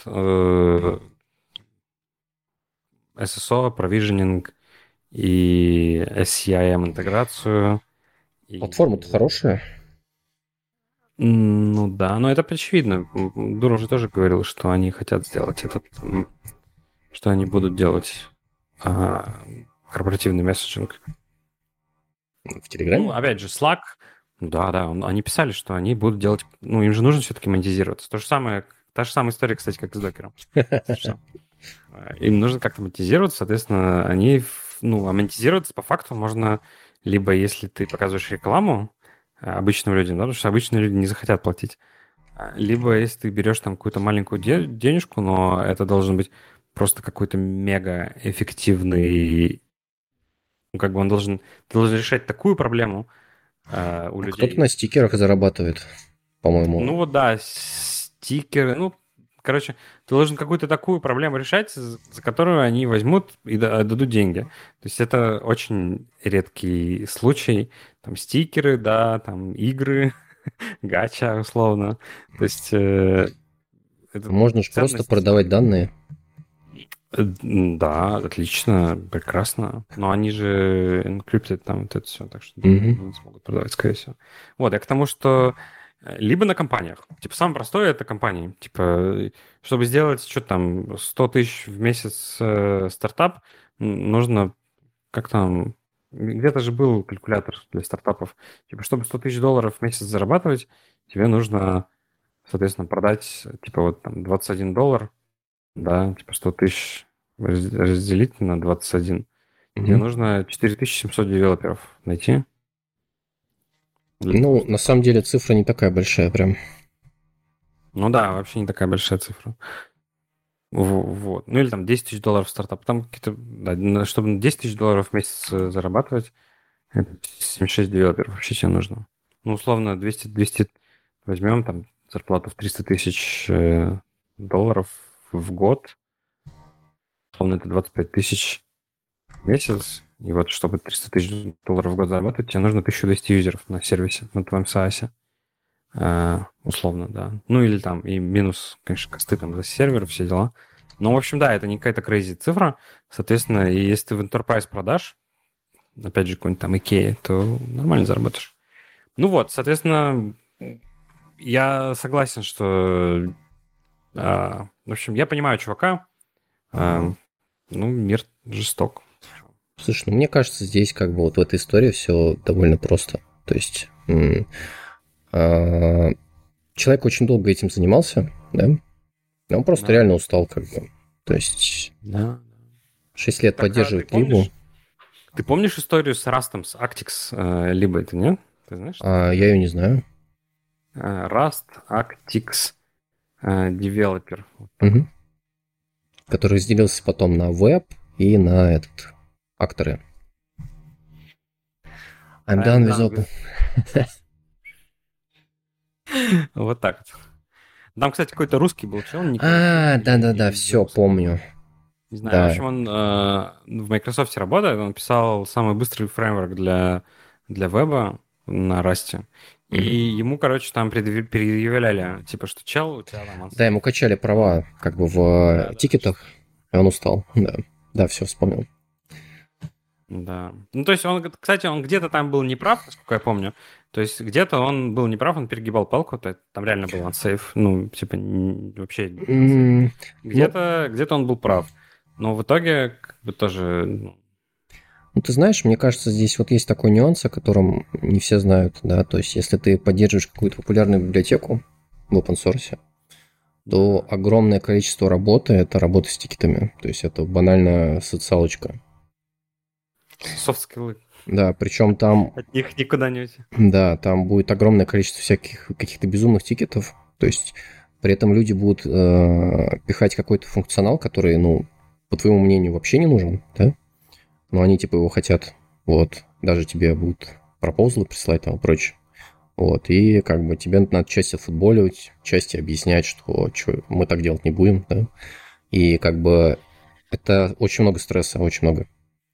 [SPEAKER 2] SSO, провиженинг и SCIM интеграцию.
[SPEAKER 1] Платформа-то
[SPEAKER 2] И...
[SPEAKER 1] хорошая.
[SPEAKER 2] Ну да, но это очевидно. Дура уже тоже говорил, что они хотят сделать что они будут делать а, корпоративный месседжинг.
[SPEAKER 1] В
[SPEAKER 2] Ну,
[SPEAKER 1] Телеграме?
[SPEAKER 2] опять же, Slack, да, они писали, что они будут делать, ну, им же нужно все-таки монетизироваться. То же самое, та же самая история, кстати, как с докером. Им нужно как-то монетизироваться, соответственно, ну, а монетизироваться по факту можно либо если ты показываешь рекламу обычным людям, да, потому что обычные люди не захотят платить, либо если ты берешь там какую-то маленькую денежку, но это должен быть просто какой-то мега эффективный, ну, как бы ты должен решать такую проблему у
[SPEAKER 1] Кто-то на
[SPEAKER 2] людей.
[SPEAKER 1] стикерах зарабатывает, по-моему.
[SPEAKER 2] Ну вот да, стикеры, ну, короче, ты должен какую-то такую проблему решать, за которую они возьмут и дадут деньги. То есть это очень редкий случай. Там стикеры, да, там игры, гача, условно. То есть это
[SPEAKER 1] Можно же просто
[SPEAKER 2] ценность.
[SPEAKER 1] продавать данные.
[SPEAKER 2] Да, отлично, прекрасно. Но они же encrypted там вот это все, так что
[SPEAKER 1] Мгм.
[SPEAKER 2] не смогут продавать, скорее всего. Вот, я к тому, что либо на компаниях. Типа, самое простое — это компании. Типа, чтобы сделать, что там, 100 тысяч в месяц стартап, нужно, как там, где-то же был калькулятор для стартапов. Типа, чтобы 100 тысяч долларов в месяц зарабатывать, тебе нужно, соответственно, продать, типа, вот там 21 доллар, да, типа 100 тысяч разделить на 21. Тебе
[SPEAKER 1] Мгм.
[SPEAKER 2] нужно 4700 девелоперов найти для того,
[SPEAKER 1] Ну, на
[SPEAKER 2] чтобы
[SPEAKER 1] самом
[SPEAKER 2] там...
[SPEAKER 1] деле цифра не такая большая прям.
[SPEAKER 2] Ну да, вообще не такая большая цифра. Вот. Ну или там 10 тысяч долларов стартап. Там какие-то... Да, чтобы на 10 тысяч долларов в месяц зарабатывать, это 76 девелоперов вообще тебе нужно. Ну, условно, 200 возьмем, там, зарплату в 300 тысяч долларов в год. Условно, это 25 тысяч в месяц. И вот, чтобы 300 тысяч долларов в год зарабатывать, тебе нужно 1200 юзеров на сервисе, на твоем SaaS. Условно, да. Ну, или там, и минус, конечно, косты там за сервер, все дела. Ну, в общем, да, это не какая-то crazy цифра. Соответственно, и если ты в enterprise продашь, опять же, какой-нибудь там Ikea, то нормально заработаешь. Ну вот, соответственно, я согласен, что... в общем, я понимаю чувака. Ну, мир жесток.
[SPEAKER 1] Слушай, ну мне кажется, здесь как бы вот в этой истории все довольно просто. То есть а, человек очень долго этим занимался, да? И он просто
[SPEAKER 2] Да,
[SPEAKER 1] реально устал как бы. То есть
[SPEAKER 2] да.
[SPEAKER 1] 6 лет
[SPEAKER 2] Так, ты
[SPEAKER 1] поддерживать Либу,
[SPEAKER 2] помнишь? Ты помнишь историю с Rust'ом, с Actix, либо это, нет? Ты знаешь, что
[SPEAKER 1] а
[SPEAKER 2] такое?
[SPEAKER 1] я ее не знаю.
[SPEAKER 2] Rust, Actix, Developer. Вот так.
[SPEAKER 1] Мгм. Который разделился потом на веб и на этот акторы. I'm
[SPEAKER 2] I am
[SPEAKER 1] done with
[SPEAKER 2] done
[SPEAKER 1] open.
[SPEAKER 2] with... Вот так вот. Там, кстати, какой-то русский был чел, Николай Ким
[SPEAKER 1] Да-да-да,
[SPEAKER 2] или
[SPEAKER 1] все,
[SPEAKER 2] Джонсон.
[SPEAKER 1] помню.
[SPEAKER 2] Не знаю. В
[SPEAKER 1] Да.
[SPEAKER 2] общем, он в Microsoft работает, он писал самый быстрый фреймворк для веба на Rust. И
[SPEAKER 1] Мгм.
[SPEAKER 2] ему, короче, там предъявляли, типа, что чел, у тебя там
[SPEAKER 1] Да, ему
[SPEAKER 2] unsafe.
[SPEAKER 1] качали права как бы в
[SPEAKER 2] Да,
[SPEAKER 1] тикетах, и он устал. Да, да, все вспомнил.
[SPEAKER 2] да. Ну, то есть он, кстати, он где-то там был неправ, насколько я помню. То есть где-то он был неправ, он перегибал палку, там реально был unsafe, ну, типа, вообще unsafe.
[SPEAKER 1] М, Ну,
[SPEAKER 2] Где-то он был прав. Но в итоге, как бы тоже, ну,
[SPEAKER 1] ну, ты знаешь, мне кажется, здесь вот есть такой нюанс, о котором не все знают, да, то есть если ты поддерживаешь какую-то популярную библиотеку в open source, то
[SPEAKER 2] да.
[SPEAKER 1] огромное количество работы – это работа с тикетами, то есть это банально социалочка.
[SPEAKER 2] Софт-скиллы.
[SPEAKER 1] Да, причем там,
[SPEAKER 2] От них никуда не уйти.
[SPEAKER 1] да, там будет огромное количество всяких каких-то безумных тикетов, то есть при этом люди будут пихать какой-то функционал, который, ну, по твоему мнению, вообще не нужен, да, но они типа его хотят, вот, даже тебе будут пропозлы присылать там и прочее. Вот, и как бы тебе надо часть отфутболивать, части объяснять, что мы так делать не будем, да. И как бы это очень много стресса, очень много.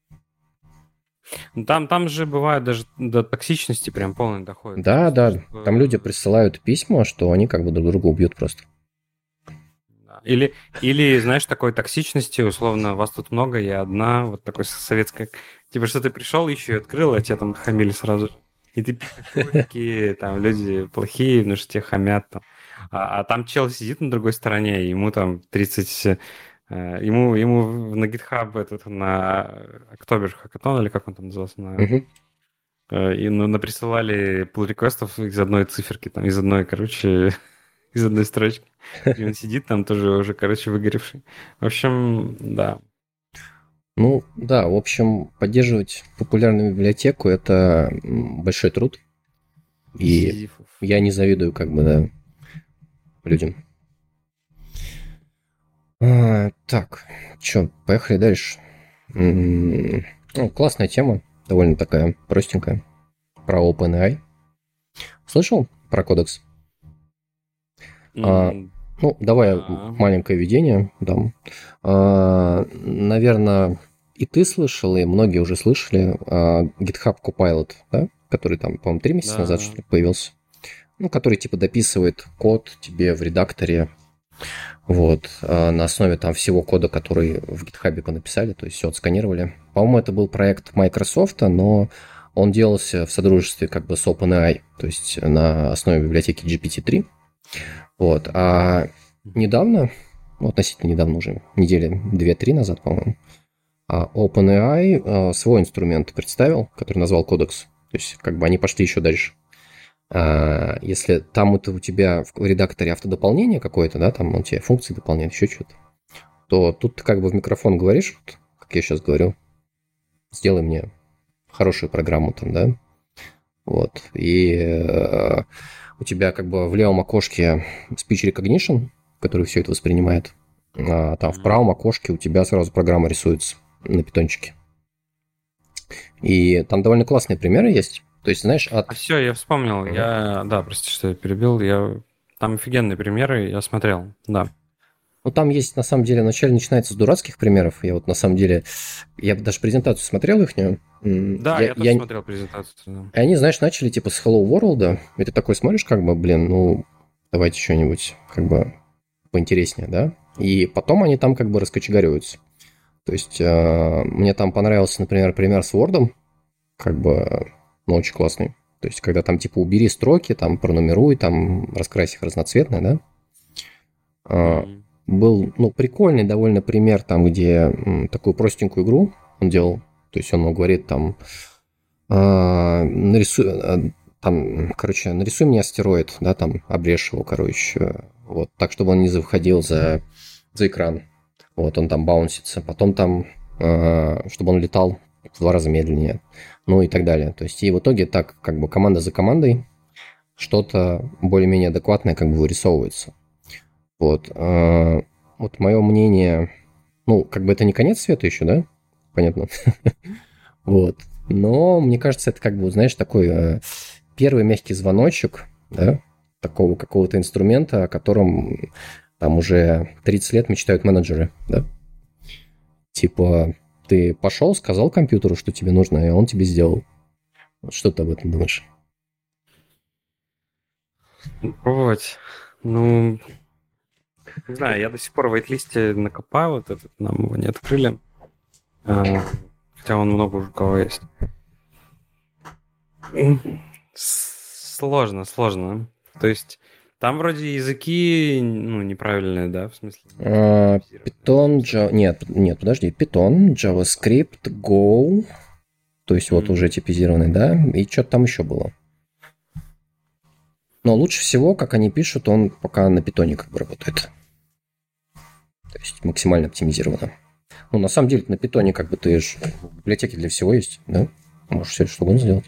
[SPEAKER 2] Ну, там же бывает даже до токсичности прям полный доходит. В
[SPEAKER 1] Да,
[SPEAKER 2] смысле,
[SPEAKER 1] да, там люди
[SPEAKER 2] что...
[SPEAKER 1] присылают письма, что они как бы друг друга убьют просто.
[SPEAKER 2] Да. Или, знаешь, такой токсичности, условно, вас тут много, я одна, вот такой советской... Типа, что ты пришел еще и открыл, а тебя там хамили сразу. И ты пишешь, ой, какие там люди плохие, потому что тебе хамят там. А там чел сидит на другой стороне, и ему там 30... ему на GitHub этот, на October Hackathon, или как он там назывался,
[SPEAKER 1] Мгм.
[SPEAKER 2] и наприсылали pull реквестов из одной циферки, там, из одной, короче, из одной строчки. И он сидит там тоже уже, короче, выгоревший. В общем, да.
[SPEAKER 1] Ну, да, в общем, поддерживать популярную библиотеку – это большой труд, и
[SPEAKER 2] Сизифов.
[SPEAKER 1] я не завидую как бы, да, людям. Так, что, поехали дальше. Ну, классная тема, довольно такая простенькая, про OpenAI. Слышал про кодекс? А,
[SPEAKER 2] М,
[SPEAKER 1] ну, давай
[SPEAKER 2] Да.
[SPEAKER 1] маленькое введение дам. Наверное, и ты слышал, и многие уже слышали GitHub Copilot, да? Который там, по-моему, 3 месяца назад,
[SPEAKER 2] Да.
[SPEAKER 1] что ли, появился. Ну, который типа дописывает код тебе в редакторе. Вот, на основе там всего кода, который в GitHub понаписали, то есть все отсканировали. По-моему, это был проект Microsoft, но он делался в содружестве как бы с OpenAI, то есть на основе библиотеки GPT-3. Вот, а недавно, ну, относительно недавно уже, недели 2-3 назад, по-моему, OpenAI свой инструмент представил, который назвал Codex. То есть как бы они пошли еще дальше. Если там это у тебя в редакторе автодополнение какое-то, да, там он тебе функции дополняет, еще что-то, то тут ты как бы в микрофон говоришь, вот, как я сейчас говорю, сделай мне хорошую программу там, да, вот, и у тебя как бы в левом окошке speech recognition, который все это воспринимает, а там в правом окошке у тебя сразу программа рисуется на питончике. И там довольно классные примеры есть. То есть, знаешь,
[SPEAKER 2] все, я вспомнил. Да, прости, что я перебил. Там офигенные примеры, я смотрел, да.
[SPEAKER 1] Ну, там есть, на самом деле, вначале начинается с дурацких примеров. Я вот, на самом деле, я даже презентацию смотрел их.
[SPEAKER 2] Да, я тоже смотрел презентацию. Да.
[SPEAKER 1] И они, знаешь, начали типа с Hello World, и ты такой смотришь, как бы, блин, ну, давайте что-нибудь, как бы, поинтереснее, да? И потом они там как бы раскочегариваются. То есть, мне там понравился, например, пример с Word, как бы, ну, очень классный. То есть, когда там, типа, убери строки, там, пронумеруй, там, раскрась их разноцветно, да? Был, ну, прикольный довольно пример, там, где такую простенькую игру он делал. То есть, он говорит, там, нарисуй, там, короче, нарисуй мне астероид, да, там, обрежь его, короче, вот, так, чтобы он не заходил за экран. Вот, он там баунсится. Потом там, чтобы он летал в 2 раза медленнее. Ну и так далее. То есть, и в итоге так, как бы, команда за командой что-то более-менее адекватное как бы вырисовывается. Вот. Вот мое мнение, ну, как бы это не конец света еще, да? Понятно. Вот. Но мне кажется, это как бы, знаешь, такой первый мягкий звоночек, да, такого какого-то инструмента, о котором там уже 30 лет мечтают менеджеры, да? Типа, ты пошел, сказал компьютеру, что тебе нужно, и он тебе сделал. Вот что ты об этом думаешь?
[SPEAKER 2] Пробовать. Ну, не знаю, я до сих пор в вайт-листе накопаю вот этот, нам его не открыли. Хотя он много у кого есть. Сложно. То есть там вроде языки, ну, неправильные, да, в смысле?
[SPEAKER 1] Python, нет, подожди, Python, JavaScript, Go, то есть вот уже типизированный, да, и что-то там еще было. Но лучше всего, как они пишут, он пока на питоне как бы работает. То есть максимально оптимизировано. Ну, на самом деле, на питоне как бы ты же библиотеки для всего есть, да? Можешь все что угодно сделать.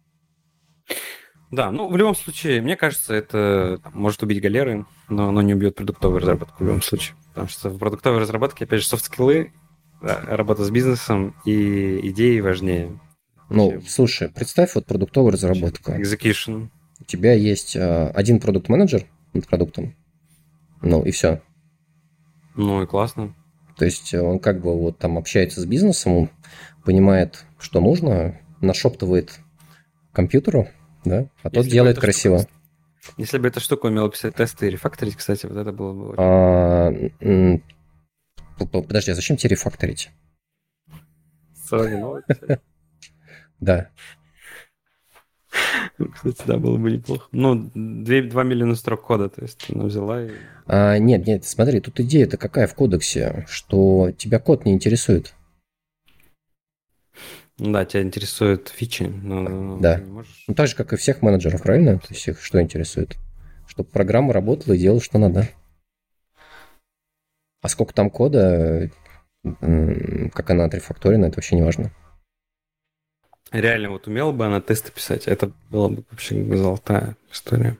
[SPEAKER 2] Да, ну, в любом случае, мне кажется, это может убить галеры, но оно не убьет продуктовую разработку в любом случае. Потому что в продуктовой разработке, опять же, софт-скиллы, работа с бизнесом и идеи важнее.
[SPEAKER 1] Ну, слушай, представь вот продуктовую разработку.
[SPEAKER 2] Execution.
[SPEAKER 1] У тебя есть один продукт-менеджер над продуктом, ну и все.
[SPEAKER 2] Ну и классно.
[SPEAKER 1] То есть он как бы вот там общается с бизнесом, он понимает, что нужно, нашептывает компьютеру, да, а тот делает красиво.
[SPEAKER 2] Если бы эта штука умела писать тесты и рефакторить, кстати, вот это было бы очень...
[SPEAKER 1] Подожди, а зачем тебе рефакторить? Да.
[SPEAKER 2] Кстати, да, было бы неплохо. Ну, 2 миллиона строк кода, то есть она взяла и...
[SPEAKER 1] Нет, смотри, тут идея-то какая в кодексе, что тебя код не интересует.
[SPEAKER 2] Да, тебя интересуют фичи, но
[SPEAKER 1] да.
[SPEAKER 2] ты не можешь...
[SPEAKER 1] Ну, так же, как и всех менеджеров, правильно? То есть их что интересует? Чтобы программа работала и делала, что надо. А сколько там кода, как она отрефакторена, это вообще не важно.
[SPEAKER 2] Реально, вот умела бы она тесты писать, это была бы вообще золотая история.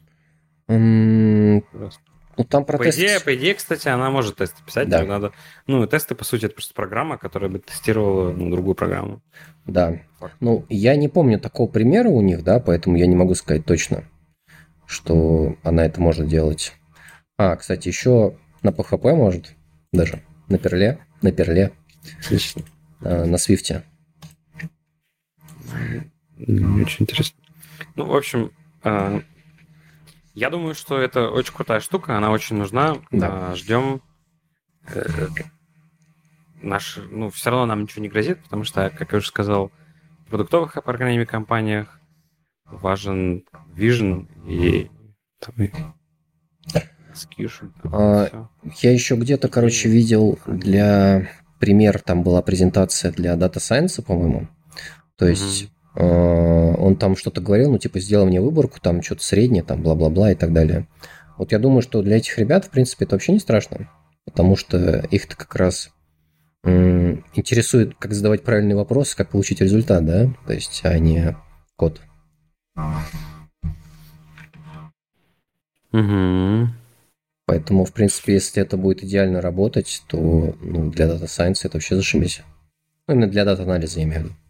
[SPEAKER 1] Ну, там про
[SPEAKER 2] по идее, кстати, она может тесты писать.
[SPEAKER 1] Да.
[SPEAKER 2] Надо... Ну, тесты, по сути, это просто программа, которая бы тестировала другую программу.
[SPEAKER 1] Да. Ну, я не помню такого примера у них, да, поэтому я не могу сказать точно, что она это может делать. Кстати, еще на PHP может даже. На перле.
[SPEAKER 2] Отлично.
[SPEAKER 1] На Свифте.
[SPEAKER 2] Очень интересно. Ну, в общем, Я думаю, что это очень крутая штука, она очень нужна.
[SPEAKER 1] Да.
[SPEAKER 2] Ждем ну, все равно нам ничего не грозит, потому что, как я уже сказал, в продуктовых, по крайней мере, компаниях важен vision и там, execution. Все.
[SPEAKER 1] Я еще где-то, короче, видел пример, там была презентация для Data Science, по-моему. То есть он там что-то говорил, ну, типа, сделай мне выборку, там что-то среднее, там, бла-бла-бла и так далее. Вот я думаю, что для этих ребят, в принципе, это вообще не страшно, потому что их-то как раз интересует, как задавать правильные вопросы, как получить результат, да, то есть, а не код.
[SPEAKER 2] Угу.
[SPEAKER 1] Поэтому, в принципе, если это будет идеально работать, то ну, для Data Science это вообще зашибись. Ну, именно для дата-анализа, я имею в виду.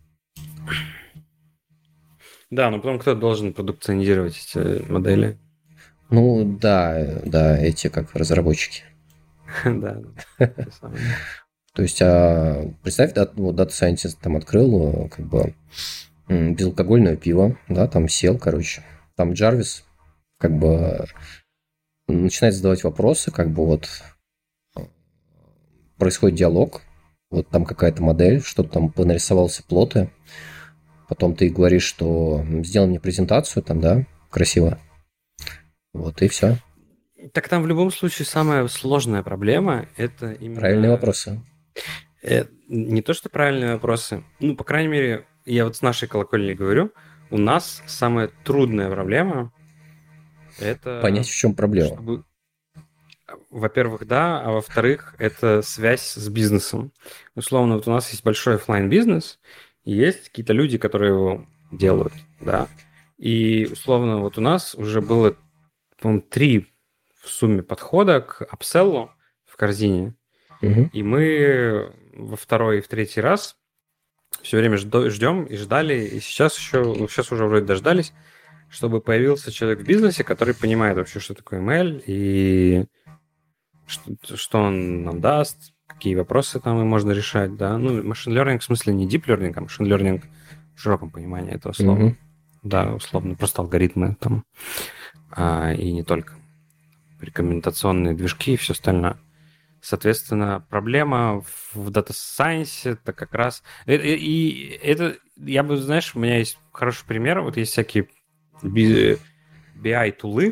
[SPEAKER 2] Да, но потом кто-то должен продукционизировать эти модели.
[SPEAKER 1] Ну, да, эти как разработчики.
[SPEAKER 2] Да, те самые.
[SPEAKER 1] То есть, представь, вот Data Scientist там открыл как бы безалкогольное пиво, да, там сел, короче. Там Джарвис как бы начинает задавать вопросы, как бы вот происходит диалог, вот там какая-то модель, что-то там понарисовался плоты, потом ты говоришь, что сделай мне презентацию там, да, красиво. Вот и все.
[SPEAKER 2] Так там в любом случае самая сложная проблема – это именно…
[SPEAKER 1] Правильные вопросы.
[SPEAKER 2] Не то, что правильные вопросы. Ну, по крайней мере, я вот с нашей колокольни говорю, у нас самая трудная проблема – это…
[SPEAKER 1] Понять, в чем проблема.
[SPEAKER 2] Чтобы… Во-первых, да, а во-вторых, это связь с бизнесом. Условно, вот у нас есть большой офлайн бизнес, и есть какие-то люди, которые его делают, да. И условно, вот у нас уже было, по-моему, 3 в сумме подхода к апселлу в корзине.
[SPEAKER 1] Угу.
[SPEAKER 2] И мы во второй и в третий раз все время ждем и ждали, и сейчас уже вроде дождались, чтобы появился человек в бизнесе, который понимает вообще, что такое ML, и что он нам даст, какие вопросы там можно решать, да. Ну, машин learning в смысле не deep learning, а машин learning в широком понимании этого слова.
[SPEAKER 1] Угу.
[SPEAKER 2] Да, условно, просто алгоритмы там, и не только. Рекомендационные движки и все остальное. Соответственно, проблема в Data Science это как раз… И это, я бы, знаешь, у меня есть хороший пример. Вот есть всякие BI-тулы,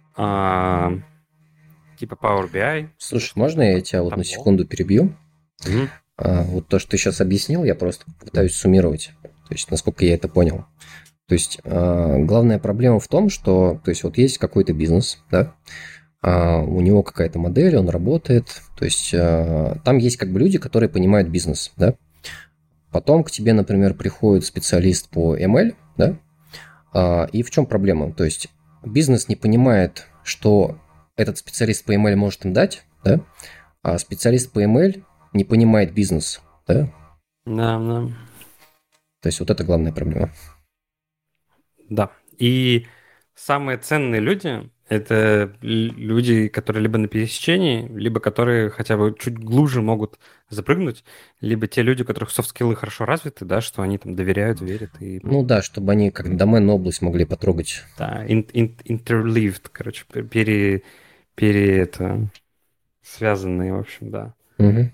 [SPEAKER 2] типа Power BI.
[SPEAKER 1] Слушай, можно я тебя вот на секунду перебью?
[SPEAKER 2] Угу.
[SPEAKER 1] Вот то, что ты сейчас объяснил, я просто пытаюсь суммировать. То есть, насколько я это понял. То есть, главная проблема в том, что то есть, вот есть какой-то бизнес, да, у него какая-то модель, он работает. То есть, там есть как бы люди, которые понимают бизнес, да. Потом к тебе, например, приходит специалист по ML, да, и в чем проблема? То есть, бизнес не понимает, что этот специалист по ML может им дать, да, а специалист по ML не понимает бизнес, да?
[SPEAKER 2] Да, да.
[SPEAKER 1] То есть вот это главная проблема.
[SPEAKER 2] Да. И самые ценные люди – это люди, которые либо на пересечении, либо которые хотя бы чуть глубже могут запрыгнуть, либо те люди, у которых софт-скиллы хорошо развиты, да, что они там доверяют, верят. И…
[SPEAKER 1] Ну да, чтобы они как доменную область могли потрогать.
[SPEAKER 2] Да, interleaved, короче, это, связанные, в общем, да.
[SPEAKER 1] Угу.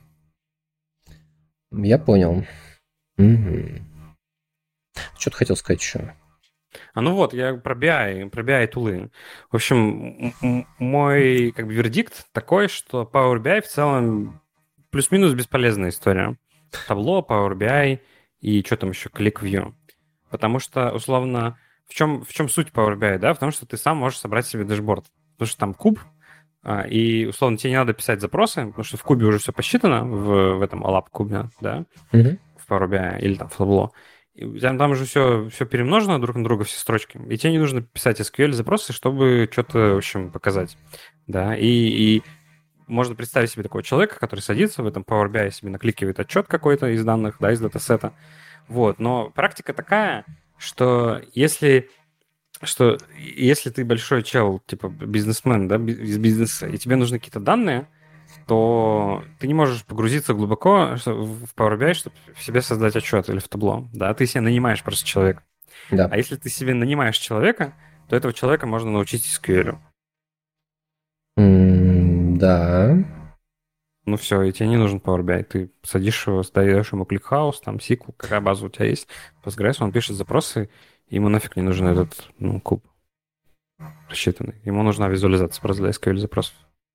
[SPEAKER 1] Я понял. Угу. Что ты хотел сказать еще?
[SPEAKER 2] Ну вот, я про BI тулы. В общем, мой как бы вердикт такой, что Power BI в целом плюс-минус бесполезная история. Табло, Power BI и что там еще, ClickView. Потому что, условно, в чем суть Power BI, да? Потому что ты сам можешь собрать себе дашборд. Потому что там куб, и, условно, тебе не надо писать запросы, потому что в кубе уже все посчитано, в этом ALAP кубе, да, в Power BI или там в табло. И там уже все перемножено друг на друга, все строчки. И тебе не нужно писать SQL-запросы, чтобы что-то, в общем, показать. Да, и можно представить себе такого человека, который садится в этом Power BI, себе накликивает отчет какой-то из данных, да, из датасета. Вот. Но практика такая, что если ты большой чел, типа бизнесмен, да, из бизнеса, и тебе нужны какие-то данные, то ты не можешь погрузиться глубоко в Power BI, чтобы в себе создать отчет или в табло. Да, ты себе нанимаешь просто человека.
[SPEAKER 1] Да.
[SPEAKER 2] А если ты себе нанимаешь человека, то этого человека можно научить SQL.
[SPEAKER 1] Да.
[SPEAKER 2] Ну все, и тебе не нужен Power BI. Ты садишь его, даешь ему ClickHouse, там SQL, какая база у тебя есть, Postgres, он пишет запросы, и ему нафиг не нужен этот куб рассчитанный. Ему нужна визуализация просто для SQL запросов.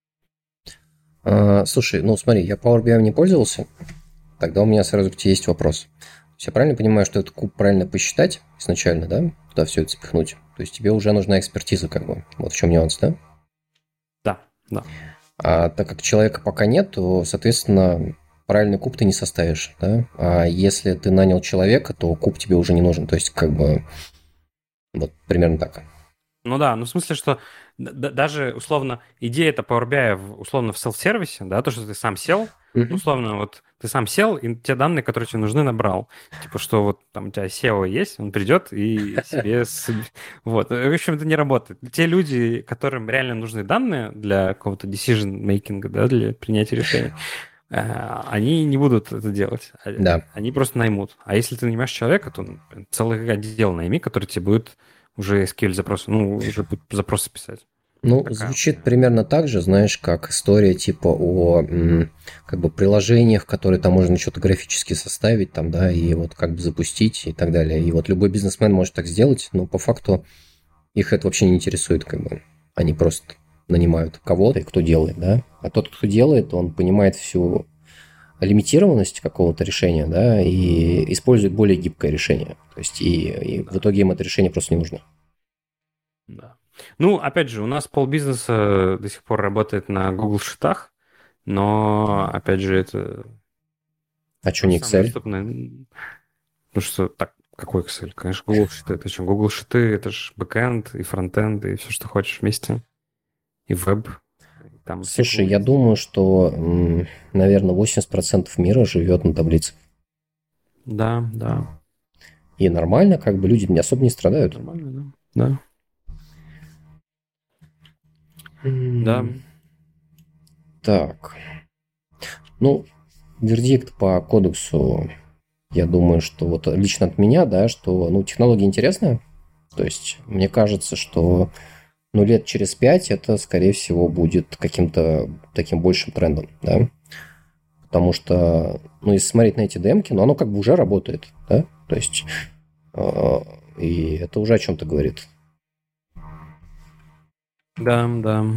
[SPEAKER 1] Слушай, ну смотри, я Power BI не пользовался, тогда у меня сразу к тебе есть вопрос. Я правильно понимаю, что этот куб правильно посчитать изначально, да? Туда все это спихнуть. То есть тебе уже нужна экспертиза, как бы. Вот в чем нюанс, да?
[SPEAKER 2] Да.
[SPEAKER 1] А так как человека пока нет, то, соответственно, правильный куб ты не составишь, да? А если ты нанял человека, то куб тебе уже не нужен. То есть, как бы, вот примерно так.
[SPEAKER 2] Ну да, ну в смысле, что даже условно идея это Power BI условно в селф-сервисе, да, то, что ты сам сел, условно, вот ты сам сел, и те данные, которые тебе нужны, набрал. Типа, что вот там у тебя SEO есть, он придет и себе... Вот. В общем, это не работает. Те люди, которым реально нужны данные для какого-то decision-making, да, для принятия решений, они не будут это делать.
[SPEAKER 1] Да.
[SPEAKER 2] Они просто наймут. А если ты нанимаешь человека, то целый отдел найми, который тебе будет уже SQL запросы, уже будет запросы писать.
[SPEAKER 1] Ну, звучит примерно так же, знаешь, как история типа о как бы приложениях, которые там можно что-то графически составить, там, да, и вот как бы запустить и так далее. И вот любой бизнесмен может так сделать, но по факту их это вообще не интересует, как бы. Они просто нанимают кого-то, и кто делает, да. А тот, кто делает, он понимает всю лимитированность какого-то решения, да, и использует более гибкое решение. То есть и в итоге им это решение просто не нужно.
[SPEAKER 2] Да. Ну, опять же, у нас полбизнеса до сих пор работает на Google Sheet'ах, но, опять же, это...
[SPEAKER 1] А что не Excel?
[SPEAKER 2] Ну что, так, какой Excel? Конечно, Google Sheet'ы. Это что, Google Sheet'ы, это же бэкэнд и фронтенд, и все, что хочешь вместе. И веб. Там
[SPEAKER 1] Слушай, я думаю, что, наверное, 80% мира живет на таблицах.
[SPEAKER 2] Да, да.
[SPEAKER 1] И нормально, как бы люди особо не страдают.
[SPEAKER 2] Нормально, да. Да.
[SPEAKER 1] Так. Ну, вердикт по кодексу, я думаю, что вот лично от меня, да, что, технология интересная. То есть, мне кажется, что, лет через 5 это, скорее всего, будет каким-то таким большим трендом, да. Потому что, если смотреть на эти демки, оно как бы уже работает, да. То есть, и это уже о чем-то говорит.
[SPEAKER 2] Да.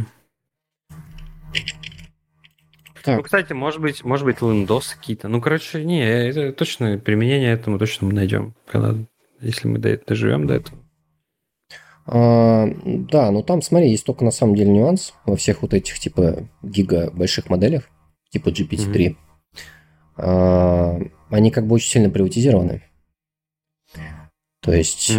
[SPEAKER 1] Так.
[SPEAKER 2] Ну, кстати, может быть, лендосы какие-то. Короче, не, это точно, применение этому точно мы найдем, если мы доживем до этого.
[SPEAKER 1] Да, там, смотри, есть только на самом деле нюанс во всех вот этих, типа, гига больших моделях, типа GPT-3. Они как бы очень сильно приватизированы. То есть,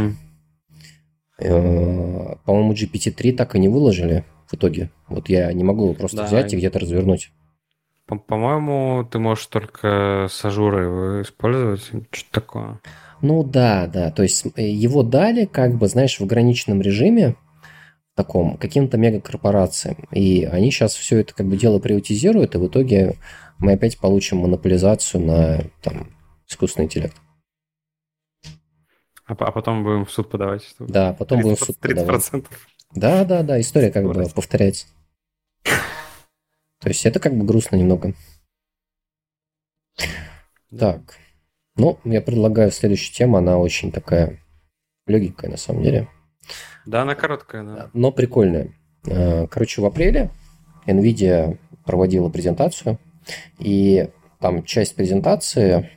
[SPEAKER 1] по-моему, GPT-3 так и не выложили в итоге. Вот я не могу его просто взять и где-то развернуть.
[SPEAKER 2] По-моему, ты можешь только с ажурой его использовать, что-то такое.
[SPEAKER 1] Да. То есть его дали, как бы, знаешь, в ограниченном режиме, таком, каким-то мегакорпорациям. И они сейчас все это как бы дело приватизируют, и в итоге мы опять получим монополизацию на там, искусственный интеллект.
[SPEAKER 2] А потом будем в суд подавать.
[SPEAKER 1] Да, потом будем в суд подавать. 30%. Да, история как бы повторяется. То есть это как бы грустно немного. Так. Я предлагаю следующую тему. Она очень такая легенькая на самом деле.
[SPEAKER 2] Да, она короткая, да.
[SPEAKER 1] Но прикольная. Короче, в апреле NVIDIA проводила презентацию. И там часть презентации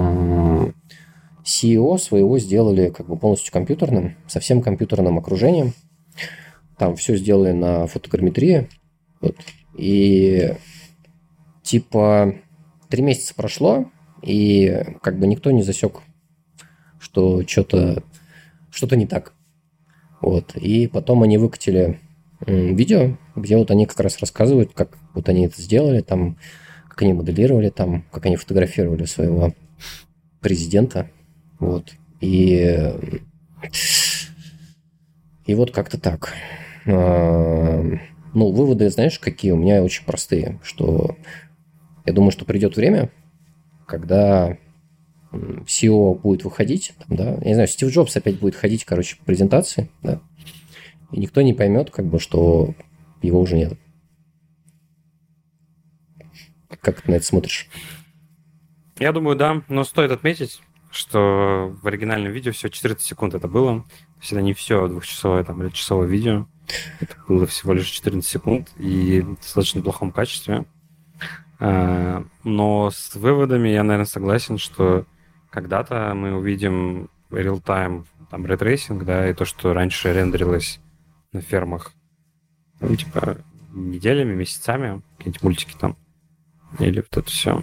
[SPEAKER 1] CEO своего сделали как бы полностью компьютерным, со всем компьютерным окружением. Там все сделали на фотограмметрии. Вот. И типа 3 месяца прошло, и как бы никто не засек, что что-то не так. Вот. И потом они выкатили видео, где вот они как раз рассказывают, как вот они это сделали, там, как они моделировали, там, как они фотографировали своего президента. Вот. И вот как-то так. Выводы, знаешь, какие у меня очень простые, что я думаю, что придет время, когда CEO будет выходить, там, да, я не знаю, Стив Джобс опять будет ходить, короче, по презентации, да, и никто не поймет, как бы, что его уже нет. Как ты на это смотришь?
[SPEAKER 2] Я думаю, да, но стоит отметить, что в оригинальном видео всего 14 секунд это было. То есть это не все двухчасовое там, или часовое видео. Это было всего лишь 14 секунд и в достаточно плохом качестве. Но с выводами я, наверное, согласен, что когда-то мы увидим real-time там рейтрейсинг, да, и то, что раньше рендерилось на фермах, ну, типа, неделями, месяцами, какие-нибудь мультики там, или вот это все.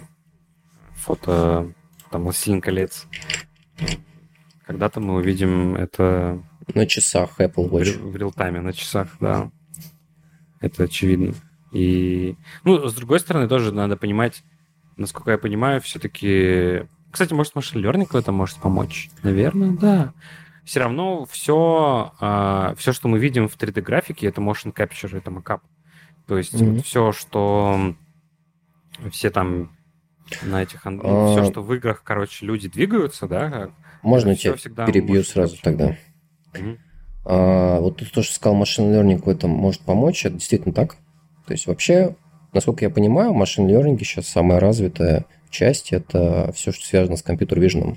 [SPEAKER 2] Фото, там, «Властелин колец». Когда-то мы увидим это...
[SPEAKER 1] На часах Apple Watch.
[SPEAKER 2] В реал-тайме, на часах, да. Это очевидно. И, ну, с другой стороны, тоже надо понимать, насколько я понимаю, все-таки... Кстати, может, машин learning в этом может помочь? Наверное, да. Все равно все, что мы видим в 3D-графике, это motion capture, это макап. То есть вот все, что... Все там на этих... все, что в играх, короче, люди двигаются, да?
[SPEAKER 1] Можно тебя перебью сразу тогда? Вот ты тоже сказал, машин learning в этом может помочь. Это действительно так. То есть вообще, насколько я понимаю, в машин learning сейчас самая развитая часть – это все, что связано с компьютер-виженом.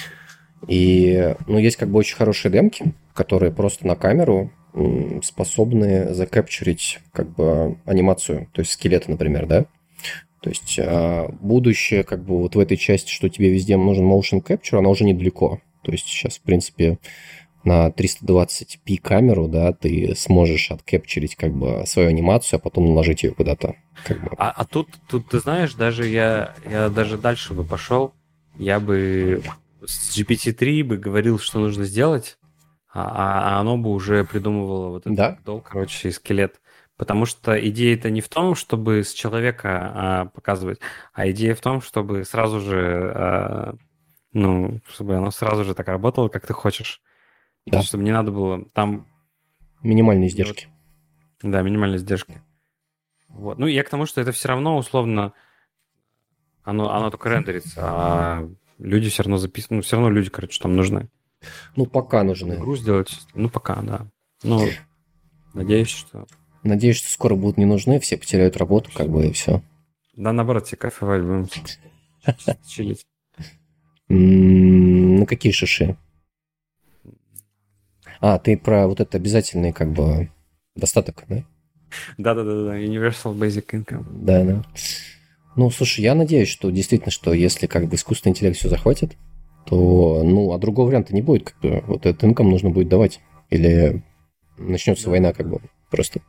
[SPEAKER 1] И, ну, есть как бы очень хорошие демки, которые просто на камеру способны закапчурить как бы анимацию, то есть скелеты, например, да? То есть будущее как бы вот в этой части, что тебе везде нужен motion capture, она уже недалеко. То есть сейчас, в принципе, на 320p камеру, да, ты сможешь откапчурить как бы свою анимацию, а потом наложить ее куда-то. Как бы.
[SPEAKER 2] Тут ты знаешь, даже я даже дальше бы пошел, я бы с GPT-3 бы говорил, что нужно сделать, а оно бы уже придумывало вот этот долг, короче, скелет. Потому что идея-то не в том, чтобы с человека показывать, а идея в том, чтобы сразу же, чтобы оно сразу же так работало, как ты хочешь. Да. Чтобы не надо было там...
[SPEAKER 1] Минимальные издержки.
[SPEAKER 2] Да, минимальные издержки. Вот. Ну, я к тому, что это все равно условно... Оно только рендерится, а люди все равно записывают. Ну, все равно люди, короче, там нужны.
[SPEAKER 1] Ну, пока нужны.
[SPEAKER 2] Игру сделать. Ну, пока, да. Ну, надеюсь, что...
[SPEAKER 1] Надеюсь, что скоро будут не нужны, все потеряют работу, как бы, и все.
[SPEAKER 2] Да, наоборот, все кайфовать будем. Чилить.
[SPEAKER 1] Ну, какие шиши? Ты про вот это обязательный, как бы, достаток, да?
[SPEAKER 2] Да. Universal Basic Income.
[SPEAKER 1] Да. Ну, слушай, я надеюсь, что действительно, что если как бы искусственный интеллект все захватит, то, а другого варианта не будет, как бы, вот этот инком нужно будет давать. Или начнется война, как бы, просто.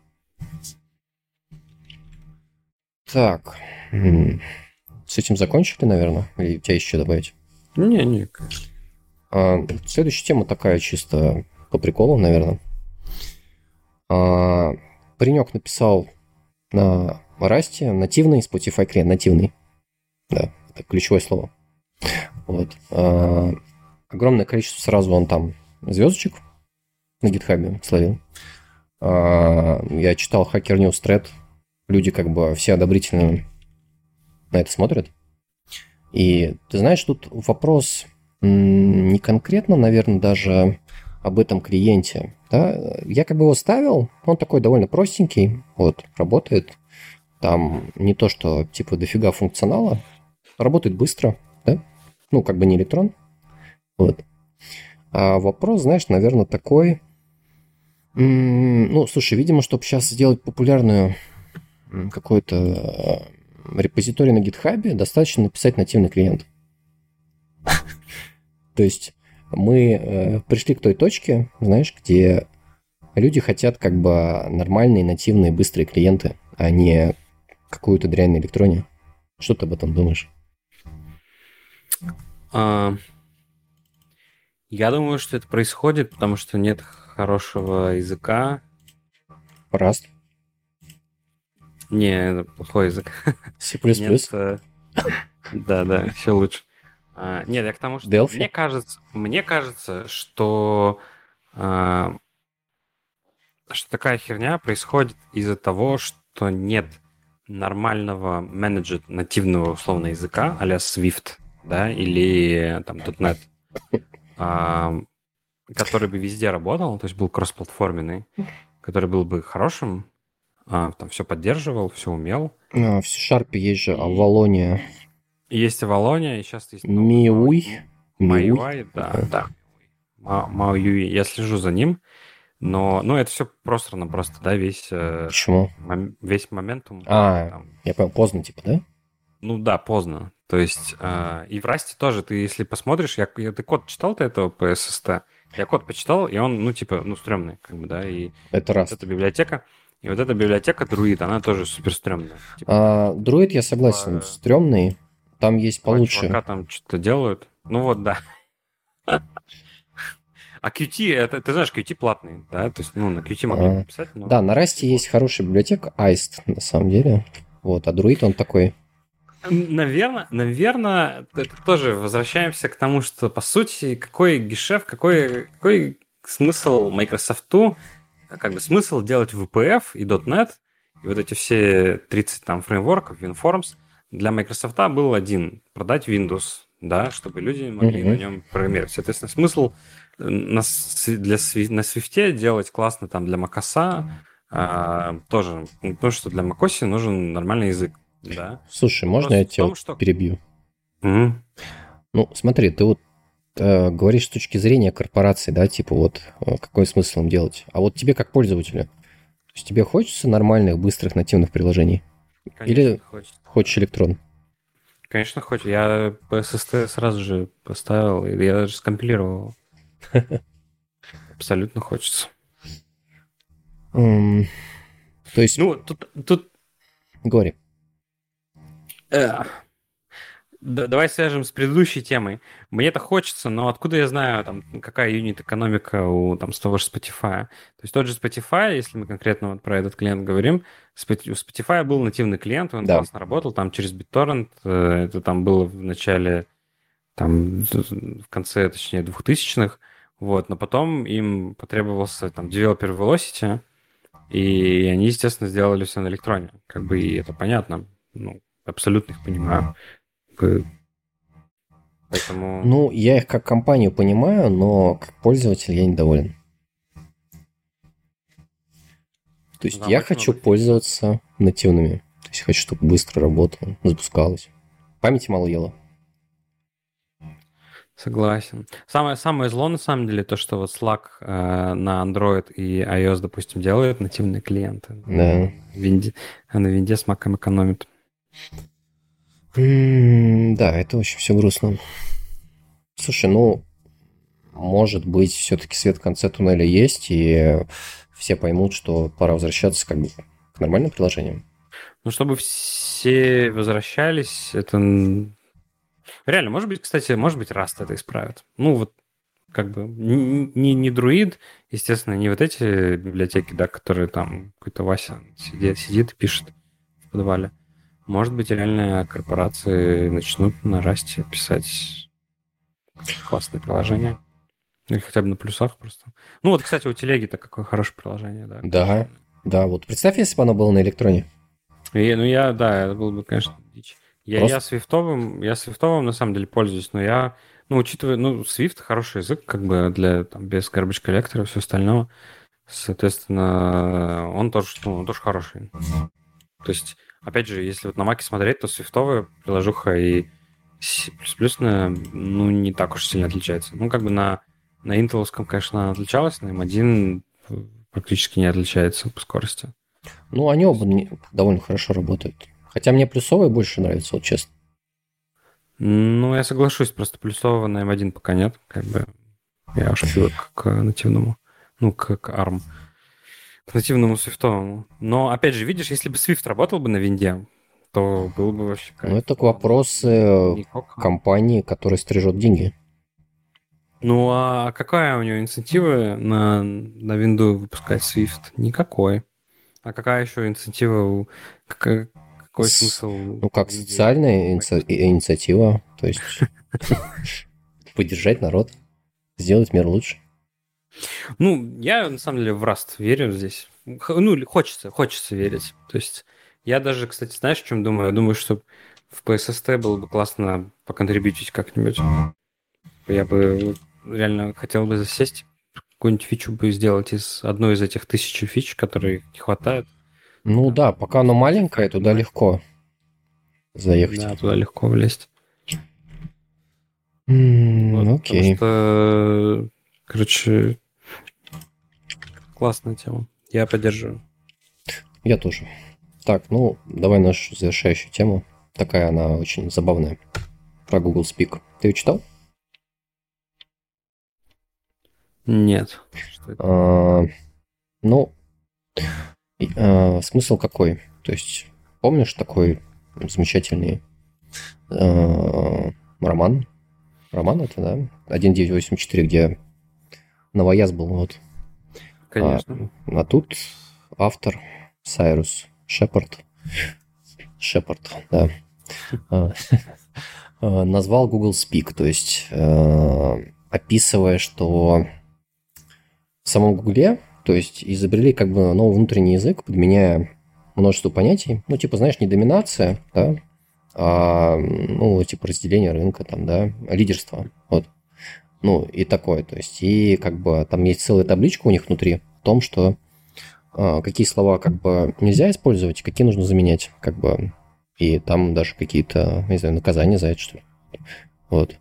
[SPEAKER 1] Так. С этим закончили, наверное? Или у тебя еще добавить?
[SPEAKER 2] Не.
[SPEAKER 1] Следующая тема такая чисто по приколу, наверное. Паренек написал на Расте нативный Spotify клиент, нативный. Да, это ключевое слово. Вот. Огромное количество сразу он там звездочек на гитхабе словил. Я читал Hacker News Thread. Люди как бы все одобрительно на это смотрят. И ты знаешь, тут вопрос не конкретно, наверное, даже об этом клиенте. Да? Я как бы его ставил, он такой довольно простенький, вот, работает. Там не то, что типа дофига функционала, работает быстро, да? Ну, как бы не электрон. Вот. А вопрос, знаешь, наверное, такой... слушай, видимо, чтобы сейчас сделать популярную какой-то репозиторий на гитхабе, достаточно написать нативный клиент. То есть мы пришли к той точке, знаешь, где люди хотят как бы нормальные, нативные, быстрые клиенты, а не какую-то дрянь на электроне. Что ты об этом думаешь?
[SPEAKER 2] Я думаю, что это происходит, потому что нет хорошего языка.
[SPEAKER 1] Rust?
[SPEAKER 2] Не, это плохой язык.
[SPEAKER 1] C++?
[SPEAKER 2] Да, еще лучше. Нет, я к тому, что мне кажется, что такая херня происходит из-за того, что нет нормального менеджера нативного условно языка, а-ля Swift, да, или там .NET, который бы везде работал, то есть был кроссплатформенный. который был бы хорошим, там все поддерживал, все умел.
[SPEAKER 1] В C-Sharp есть же Avalonia.
[SPEAKER 2] Есть Avalonia, и сейчас есть
[SPEAKER 1] MIUI.
[SPEAKER 2] MIUI, да. MIUI. Я слежу за ним, но это все просрано просто, да,
[SPEAKER 1] Почему?
[SPEAKER 2] весь моментум.
[SPEAKER 1] Я понял, поздно, типа, да?
[SPEAKER 2] Ну да, поздно. То есть и в Расте тоже, ты если посмотришь, ты код читал ты этого по SST? Я код почитал, и он, стрёмный, как бы, да, и
[SPEAKER 1] Это Rust.
[SPEAKER 2] эта библиотека, Druid, она тоже супер стрёмная.
[SPEAKER 1] Druid, я согласен, стрёмный. Там есть получше.
[SPEAKER 2] Чувака там что-то делают. Ну вот, да. А Qt, ты знаешь, Qt платный, да? То есть, на Qt могли написать, но...
[SPEAKER 1] Да, на Rust есть хорошая библиотека, Iced, на самом деле. Вот, а Druid, он такой...
[SPEAKER 2] Наверное, это тоже возвращаемся к тому, что, по сути, какой гешефт, какой смысл Microsoft'у, как бы смысл делать VPF и .NET, и вот эти все 30 там фреймворков, WinForms, для Microsoft'а был один – продать Windows, да, чтобы люди могли на нем программировать. Соответственно, смысл на Swift делать классно там для macOS тоже, потому что для macOS нужен нормальный язык. Да.
[SPEAKER 1] Слушай, можно я тебя перебью?
[SPEAKER 2] Mm-hmm.
[SPEAKER 1] Ну, смотри, ты вот говоришь с точки зрения корпорации, да, типа вот какой смысл им делать? А вот тебе как пользователю, то есть тебе хочется нормальных, быстрых, нативных приложений?
[SPEAKER 2] Конечно,
[SPEAKER 1] или хочешь электрон?
[SPEAKER 2] Конечно, хочешь. Я по SST сразу же поставил, и я даже скомпилировал. Абсолютно хочется.
[SPEAKER 1] То есть...
[SPEAKER 2] Ну, тут...
[SPEAKER 1] Говори.
[SPEAKER 2] Давай свяжем с предыдущей темой. Мне-то хочется, но откуда я знаю, там, какая юнит-экономика у того же Spotify? То есть тот же Spotify, если мы конкретно вот про этот клиент говорим, у Spotify был нативный клиент, он классно работал, там через BitTorrent, это там было в начале, там, в конце, точнее, 2000-х, вот, но потом им потребовался там Developer Velocity, и они, естественно, сделали все на электроне. Как бы и это понятно. Абсолютно их понимаю. Поэтому...
[SPEAKER 1] Ну, я их как компанию понимаю, но как пользователь я недоволен. То есть я хочу пользоваться нативными. То есть хочу, чтобы быстро работало, запускалось. Памяти мало ела.
[SPEAKER 2] Согласен. Самое зло, на самом деле, то, что вот Slack на Android и iOS, допустим, делает нативные клиенты.
[SPEAKER 1] Да.
[SPEAKER 2] На винде с Mac'ом экономит.
[SPEAKER 1] Да, это очень все грустно. Слушай, может быть, все-таки свет в конце туннеля есть, и все поймут, что пора возвращаться как бы к нормальным приложениям.
[SPEAKER 2] Чтобы все возвращались, это... Реально, может быть, Rust это исправит. Как бы не Druid, естественно, не вот эти библиотеки, да, которые там какой-то Вася сидит и пишет в подвале. Может быть, реально корпорации начнут на Расте писать классные приложения. Или хотя бы на плюсах просто. Кстати, у Телеги-то какое хорошее приложение, да.
[SPEAKER 1] Да, вот представь, если бы оно было на электроне.
[SPEAKER 2] Это было бы, конечно, дичь. Я свифтовым, на самом деле, пользуюсь, но я, учитывая, Swift хороший язык, как бы для, без garbage коллектора и все остального, соответственно, он тоже хороший. То есть, опять же, если вот на Маке смотреть, то свифтовая приложуха и C++, не так уж сильно отличается. Как бы на интеловском, конечно, она отличалась, на M1 практически не отличается по скорости.
[SPEAKER 1] Они оба довольно хорошо работают. Хотя мне плюсовые больше нравятся, вот честно.
[SPEAKER 2] Я соглашусь, просто плюсового на M1 пока нет. Как бы я уж привык к нативному, к ARM. К нативному свифтовому. Но, опять же, видишь, если бы Swift работал бы на винде, то было бы вообще...
[SPEAKER 1] это к вопросу компании, которая стрижет деньги.
[SPEAKER 2] А какая у него инцентива на винду выпускать Swift? Никакой. А какая еще инцентива? Какой смысл?
[SPEAKER 1] Как социальная инициатива. То есть поддержать народ, сделать мир лучше.
[SPEAKER 2] Я, на самом деле, в Rust верю здесь. Хочется верить. То есть я даже, кстати, знаешь, о чем думаю? Я думаю, что в PSST было бы классно поконтрибьютить как-нибудь. Я бы реально хотел бы засесть, какую-нибудь фичу бы сделать из одной из этих 1000 фич, которые не хватает.
[SPEAKER 1] Ну да, пока оно маленькое, туда легко заехать.
[SPEAKER 2] Да, туда легко влезть.
[SPEAKER 1] Окей.
[SPEAKER 2] Потому что, короче, классная тема. Я поддерживаю.
[SPEAKER 1] Я тоже. Так, ну, давай нашу завершающую тему. Такая она очень забавная. Про Google Speak. Ты ее читал?
[SPEAKER 2] Нет.
[SPEAKER 1] Ну, смысл какой? То есть, помнишь такой замечательный роман? Роман это, да? 1984, где новояз был, вот.
[SPEAKER 2] Конечно.
[SPEAKER 1] А тут автор Сайрус Шепард, да, назвал Google Speak, то есть описывая, что в самом Гугле, то есть изобрели как бы новый внутренний язык, подменяя множество понятий, ну, типа, знаешь, не доминация, да, а, ну, типа, разделение рынка, там, да, лидерство, вот. Ну, и такое, то есть, и как бы там есть целая табличка у них внутри о том, что какие слова как бы нельзя использовать, какие нужно заменять, как бы, и там даже какие-то, не знаю, наказания за это, что ли. Вот.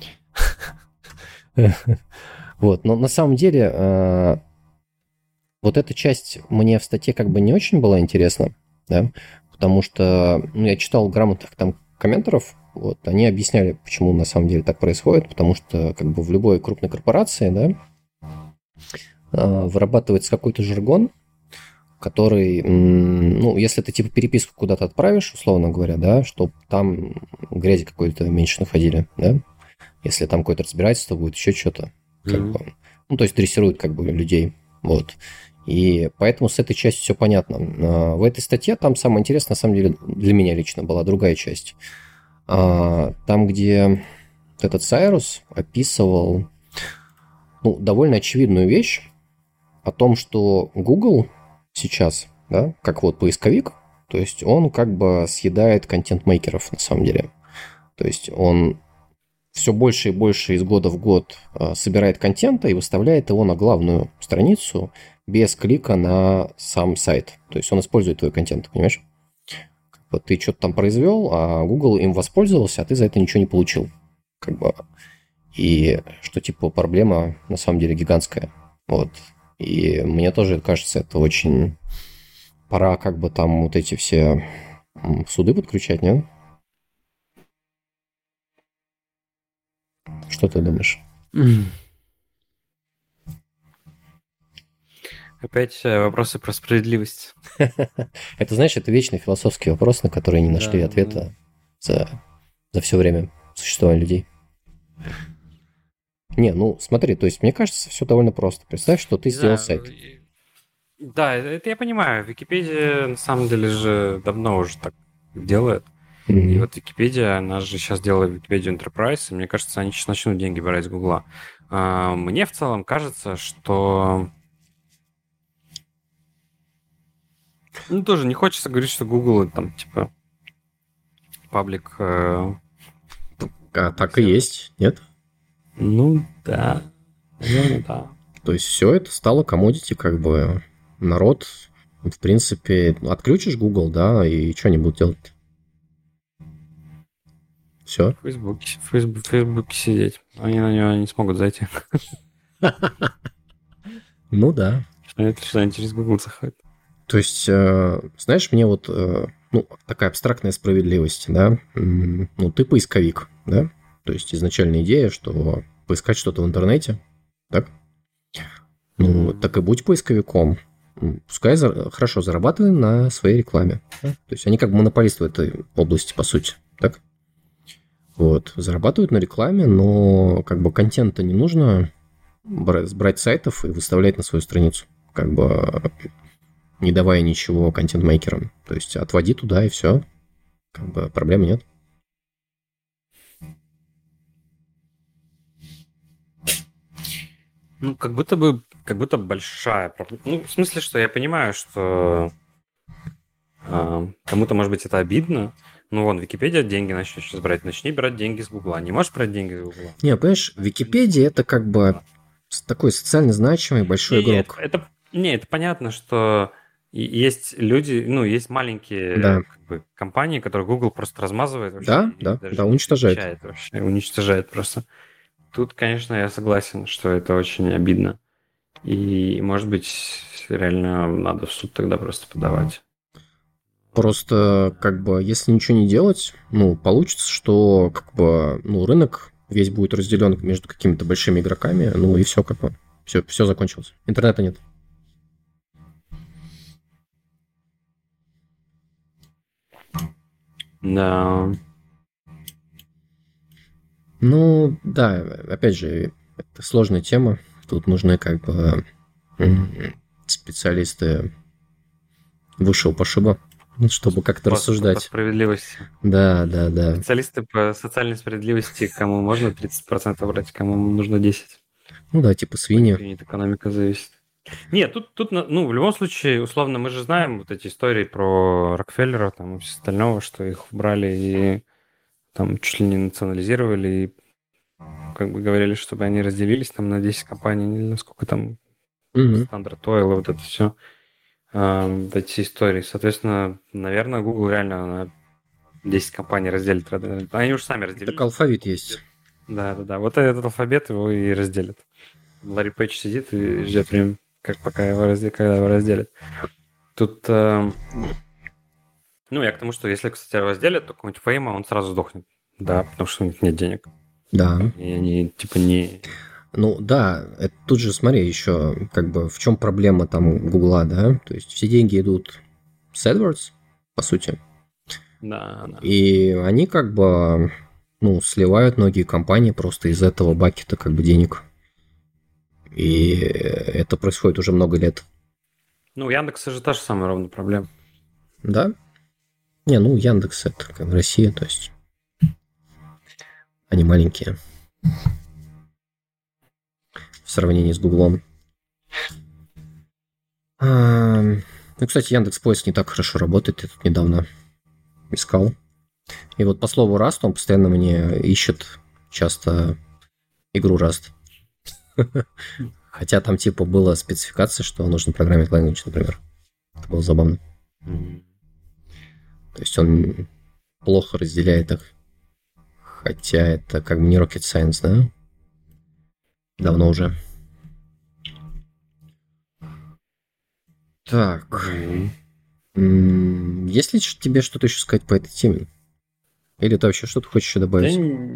[SPEAKER 1] Вот, но на самом деле вот эта часть мне в статье как бы не очень была интересна, да, потому что я читал грамотных там комменторов, вот, они объясняли, почему на самом деле так происходит, потому что как бы в любой крупной корпорации, да, вырабатывается какой-то жаргон, который, ну, если ты типа переписку куда-то отправишь, условно говоря, да, чтобы там грязи какой-то меньше находили, да, если там какое-то разбирательство будет, еще что-то, как бы, ну, то есть дрессируют как бы людей, вот. И поэтому с этой частью все понятно. В этой статье там самое интересное, на самом деле, для меня лично была другая часть. Там, где этот Сайрус описывал, ну, довольно очевидную вещь о том, что Google сейчас, да, как вот поисковик, то есть он как бы съедает контент-мейкеров на самом деле. То есть он все больше и больше из года в год собирает контента и выставляет его на главную страницу без клика на сам сайт. То есть он использует твой контент, понимаешь? Вот ты что-то там произвел, а Google им воспользовался, а ты за это ничего не получил. Как бы. И что типа проблема на самом деле гигантская. Вот. И мне тоже кажется, это очень... Пора как бы там вот эти все суды подключать, нет? Что ты думаешь?
[SPEAKER 2] Опять вопросы про справедливость.
[SPEAKER 1] Это, знаешь, это вечный философский вопрос, на который не нашли ответа за все время существования людей. Не, ну смотри, то есть мне кажется, все довольно просто. Представь, что ты сделал сайт.
[SPEAKER 2] Да, это я понимаю. Википедия на самом деле же давно уже так делает. И вот Википедия, она же сейчас делает Википедию Enterprise, и мне кажется, они сейчас начнут деньги брать с Гугла. Мне в целом кажется, что... Ну, тоже не хочется говорить, что Google там, типа, паблик...
[SPEAKER 1] Так и есть, нет?
[SPEAKER 2] Ну, да. Наверное, да.
[SPEAKER 1] То есть все это стало commodity, как бы народ, в принципе, отключишь Google, да, и что они будут делать? Все.
[SPEAKER 2] В Фейсбуке сидеть. Они на него не смогут зайти.
[SPEAKER 1] Ну да.
[SPEAKER 2] Что они через Google заходят.
[SPEAKER 1] То есть, знаешь, мне вот ну, такая абстрактная справедливость, да, ну, ты поисковик, да, то есть изначальная идея, что поискать что-то в интернете, так? Ну, так и будь поисковиком. Пускай хорошо зарабатывай на своей рекламе. Да? То есть они как бы монополисты в этой области, по сути, так? Вот, зарабатывают на рекламе, но как бы контента не нужно брать с сайтов и выставлять на свою страницу. Как бы не давая ничего контент-мейкерам. То есть отводи туда и все. Как бы проблем нет.
[SPEAKER 2] Ну, как будто большая проблема. Ну, в смысле, что я понимаю, что кому-то, может быть, это обидно. Ну, вон, Википедия деньги начнет сейчас брать. Начни брать деньги с Гугла. Не можешь брать деньги с Гугла?
[SPEAKER 1] Не, понимаешь, Википедия это как бы... Такой социально значимый большой игрок.
[SPEAKER 2] Это понятно, что есть люди, ну, есть маленькие
[SPEAKER 1] Да.
[SPEAKER 2] как бы, компании, которые Google просто размазывает вообще.
[SPEAKER 1] Да,
[SPEAKER 2] и
[SPEAKER 1] да,
[SPEAKER 2] даже
[SPEAKER 1] да,
[SPEAKER 2] не
[SPEAKER 1] уничтожает.
[SPEAKER 2] замечает вообще, уничтожает просто. Тут, конечно, я согласен, что это очень обидно. И, может быть, реально надо в суд тогда просто подавать.
[SPEAKER 1] Просто, как бы, если ничего не делать, ну, получится, что, как бы, ну, рынок весь будет разделен между какими-то большими игроками, ну, и все, как бы, все закончилось. Интернета нет.
[SPEAKER 2] Да.
[SPEAKER 1] Ну, да, опять же, это сложная тема. Тут нужны, как бы, специалисты высшего пошиба, чтобы как-то
[SPEAKER 2] По
[SPEAKER 1] рассуждать.
[SPEAKER 2] справедливости.
[SPEAKER 1] Да, да, да.
[SPEAKER 2] Специалисты по социальной справедливости, кому можно 30% брать, кому нужно 10%.
[SPEAKER 1] Ну да, типа свиньи.
[SPEAKER 2] От экономика зависит. Нет, тут, ну, в любом случае, условно, мы же знаем вот эти истории про Рокфеллера там, и все остального, что их убрали и там чуть ли не национализировали, и как бы говорили, чтобы они разделились там на 10 компаний, или насколько там Standard Oil, вот это все, вот эти истории. Соответственно, наверное, Google реально на 10 компаний разделит. Они уже сами разделили.
[SPEAKER 1] Так алфавит есть.
[SPEAKER 2] Да. Вот этот алфабет его и разделит. Ларри Пейдж сидит и ждет время, пока когда его разделят. Тут, ну, я к тому, что если, кстати, разделят, то какой-нибудь Фейма, он сразу сдохнет. Да, потому что у них нет денег.
[SPEAKER 1] Да.
[SPEAKER 2] И они, типа, не...
[SPEAKER 1] Ну, да, это тут же, смотри, еще, как бы, в чем проблема там Гугла, да? То есть все деньги идут с AdWords, по сути.
[SPEAKER 2] Да.
[SPEAKER 1] И они, как бы, ну, сливают многие компании просто из этого бакета, как бы, денег. И это происходит уже много лет.
[SPEAKER 2] Ну, у Яндекса же та же самая ровно проблема.
[SPEAKER 1] Да? Не, ну, Яндекс это как в России, то есть они маленькие в сравнении с Гуглом. Ну, кстати, Яндекс.Поиск не так хорошо работает, я тут недавно искал. И вот по слову Rust он постоянно мне ищет часто игру Rust. Хотя там типа была спецификация, что нужно программировать language, например. Это было забавно. То есть он плохо разделяет их. Хотя это как бы не rocket science, да? Давно уже. Так. Есть ли тебе что-то еще сказать по этой теме? Или ты вообще что-то хочешь еще добавить?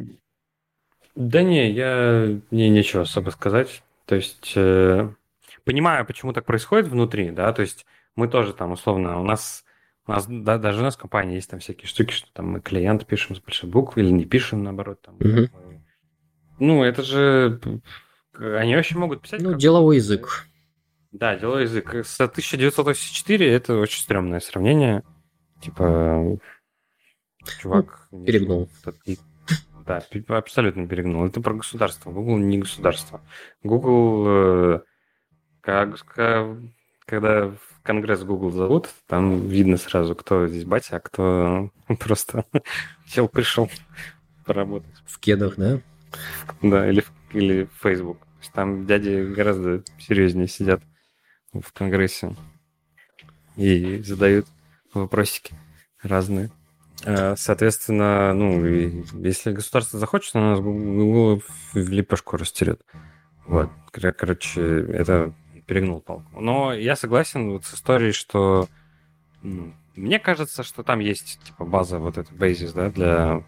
[SPEAKER 2] Мне нечего особо сказать. То есть, понимаю, почему так происходит внутри, да, то есть мы тоже там, условно, даже у нас в компании есть там всякие штуки, что там мы клиент пишем с большой буквы или не пишем, наоборот, там. Ну, это же... Они вообще могут писать...
[SPEAKER 1] Ну, деловой язык.
[SPEAKER 2] Да, деловой язык. С 1984 это очень стрёмное сравнение. Типа, чувак...
[SPEAKER 1] Перегнул.
[SPEAKER 2] Да, абсолютно перегнул. Это про государство. Google не государство. Google, когда в Конгресс Google зовут, там видно сразу, кто здесь батя, а кто просто чел пришел поработать.
[SPEAKER 1] В кедах, да?
[SPEAKER 2] Да, или в Facebook. То есть там дяди гораздо серьезнее сидят в Конгрессе и задают вопросики разные. Соответственно, ну, если государство захочет, оно нас Google в лепешку растерет. Вот. Короче, это перегнул палку. Но я согласен вот с историей, что мне кажется, что там есть типа база, вот эта базис, да, для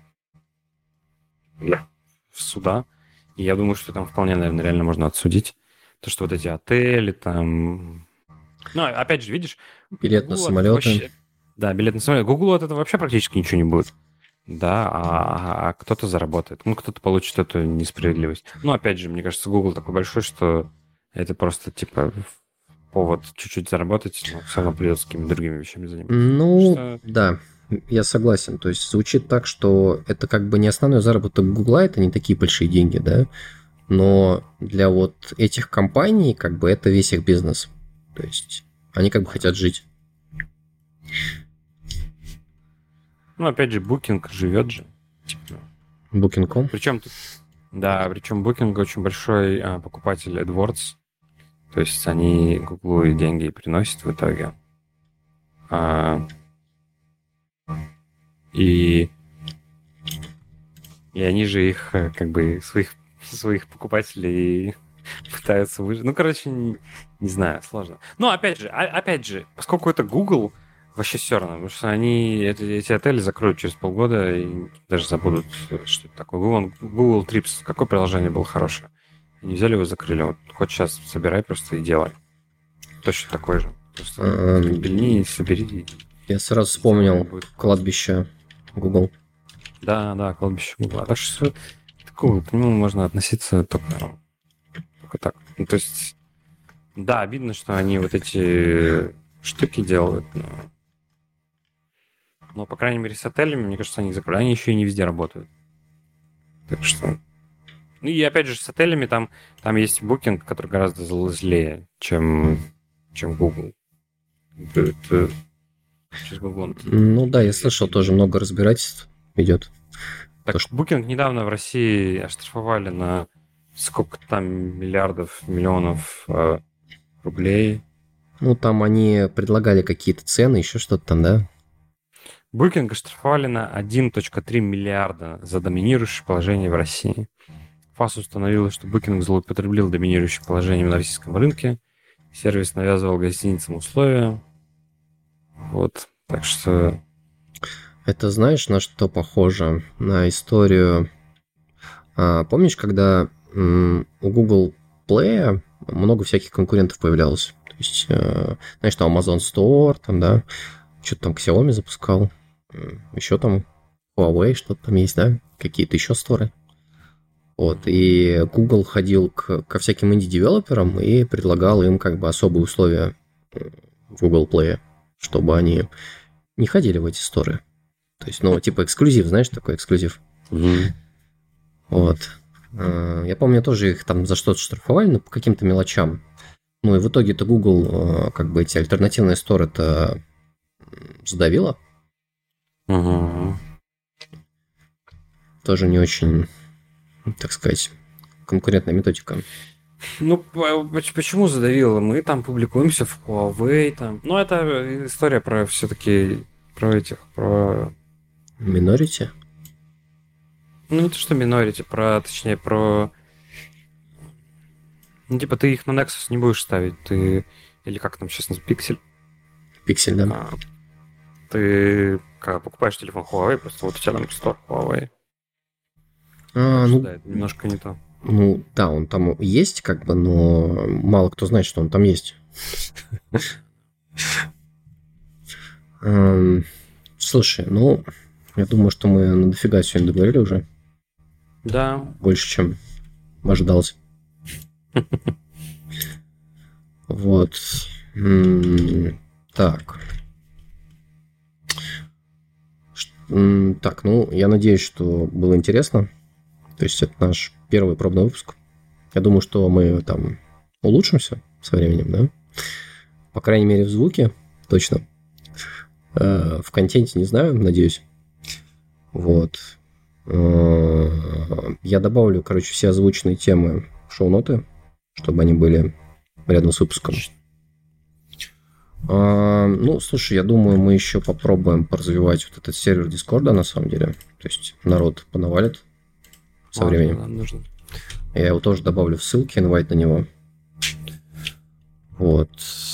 [SPEAKER 2] суда. И я думаю, что там вполне, наверное, реально можно отсудить. То, что вот эти отели там... Ну, опять же, видишь...
[SPEAKER 1] Билет на самолеты.
[SPEAKER 2] Да, билет на самолет. Google от этого вообще практически ничего не будет. Да, а кто-то заработает. Ну, кто-то получит эту несправедливость. Ну, опять же, мне кажется, Google такой большой, что это просто, типа, повод чуть-чуть заработать, но все равно придется какими-то другими вещами заниматься.
[SPEAKER 1] Ну, да, я согласен. То есть звучит так, что это как бы не основной заработок Гугла, это не такие большие деньги, да, но для вот этих компаний как бы это весь их бизнес. То есть они как бы хотят жить.
[SPEAKER 2] Ну, опять же, Booking живет же.
[SPEAKER 1] Booking.com?
[SPEAKER 2] Причем тут... Да, причем Booking очень большой покупатель AdWords. То есть они Гуглу деньги приносят в итоге. А, и, и они же их, как бы, своих покупателей пытаются выжить. Ну, короче, не знаю, сложно. Но опять же, поскольку это Google, вообще все равно, потому что они эти отели закроют через полгода и даже забудут, что это такое. Google Trips, какое приложение было хорошее? Они взяли его и закрыли. Вот хоть сейчас собирай просто и делай. Точно такой же. Просто пильни, собери.
[SPEAKER 1] Я сразу вспомнил кладбище Google.
[SPEAKER 2] Да, кладбище Google. Так что такого, к нему можно относиться только так. Ну, то есть, да, обидно, что они вот эти штуки делают, но по крайней мере, с отелями, мне кажется, они их закрыли. Они еще и не везде работают. Так что... Ну и опять же, с отелями там есть Booking, который гораздо злее, чем Google. Это через Google.
[SPEAKER 1] Ну да, я слышал, тоже много разбирательств идет.
[SPEAKER 2] Так, Booking недавно в России оштрафовали на сколько там миллионов рублей.
[SPEAKER 1] Ну, там они предлагали какие-то цены, еще что-то там, да?
[SPEAKER 2] Booking оштрафовали на 1,3 миллиарда за доминирующее положение в России. ФАС установила, что Booking злоупотребил доминирующим положением на российском рынке. Сервис навязывал гостиницам условия. Вот, так что...
[SPEAKER 1] Это знаешь, на что похоже? На историю... помнишь, когда у Google Play много всяких конкурентов появлялось? То есть, знаешь, там Amazon Store, там, да, что-то там Xiaomi запускал, еще там Huawei, что-то там есть, да, какие-то еще сторы. Вот, и Google ходил ко всяким инди-девелоперам и предлагал им как бы особые условия в Google Play, чтобы они не ходили в эти сторы. То есть, ну, типа эксклюзив, знаешь, такой эксклюзив. Вот. Я помню, тоже их там за что-то штрафовали, но по каким-то мелочам. Ну, и в итоге-то Google как бы эти альтернативные сторы-то задавила. Тоже не очень, так сказать, конкурентная методика.
[SPEAKER 2] Ну, почему задавило? Мы там публикуемся в Huawei, там. Ну, это история про все-таки про
[SPEAKER 1] Minority?
[SPEAKER 2] Ну, не то, что Minority, точнее, про... Ну, типа, ты их на Nexus не будешь ставить, или как там сейчас называется, Pixel?
[SPEAKER 1] Pixel, да.
[SPEAKER 2] Ты покупаешь телефон Huawei, просто вот у тебя там Store Huawei.
[SPEAKER 1] Ну,
[SPEAKER 2] да, это немножко не то.
[SPEAKER 1] Ну, да, он там есть, как бы, но мало кто знает, что он там есть. Слушай, ну, я думаю, что мы дофига сегодня договорили уже.
[SPEAKER 2] Да.
[SPEAKER 1] Больше, чем ожидалось. Вот. Так. Так, ну, я надеюсь, что было интересно. То есть это наш первый пробный выпуск. Я думаю, что мы там улучшимся со временем, да? По крайней мере, в звуке точно. В контенте не знаю, надеюсь. Вот. Я добавлю, короче, все озвученные темы в шоу-ноты, чтобы они были рядом с выпуском. Ну, слушай, я думаю, мы еще попробуем поразвивать вот этот сервер Дискорда, на самом деле. То есть народ понавалит со временем.
[SPEAKER 2] Нам нужно.
[SPEAKER 1] Я его тоже добавлю в ссылки, инвайт на него. Вот.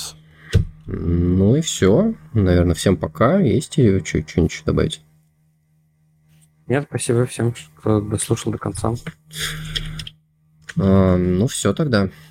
[SPEAKER 1] Ну и все. Наверное, всем пока. Есть и что-нибудь добавить?
[SPEAKER 2] Нет, спасибо всем, кто дослушал до конца.
[SPEAKER 1] Ну все тогда.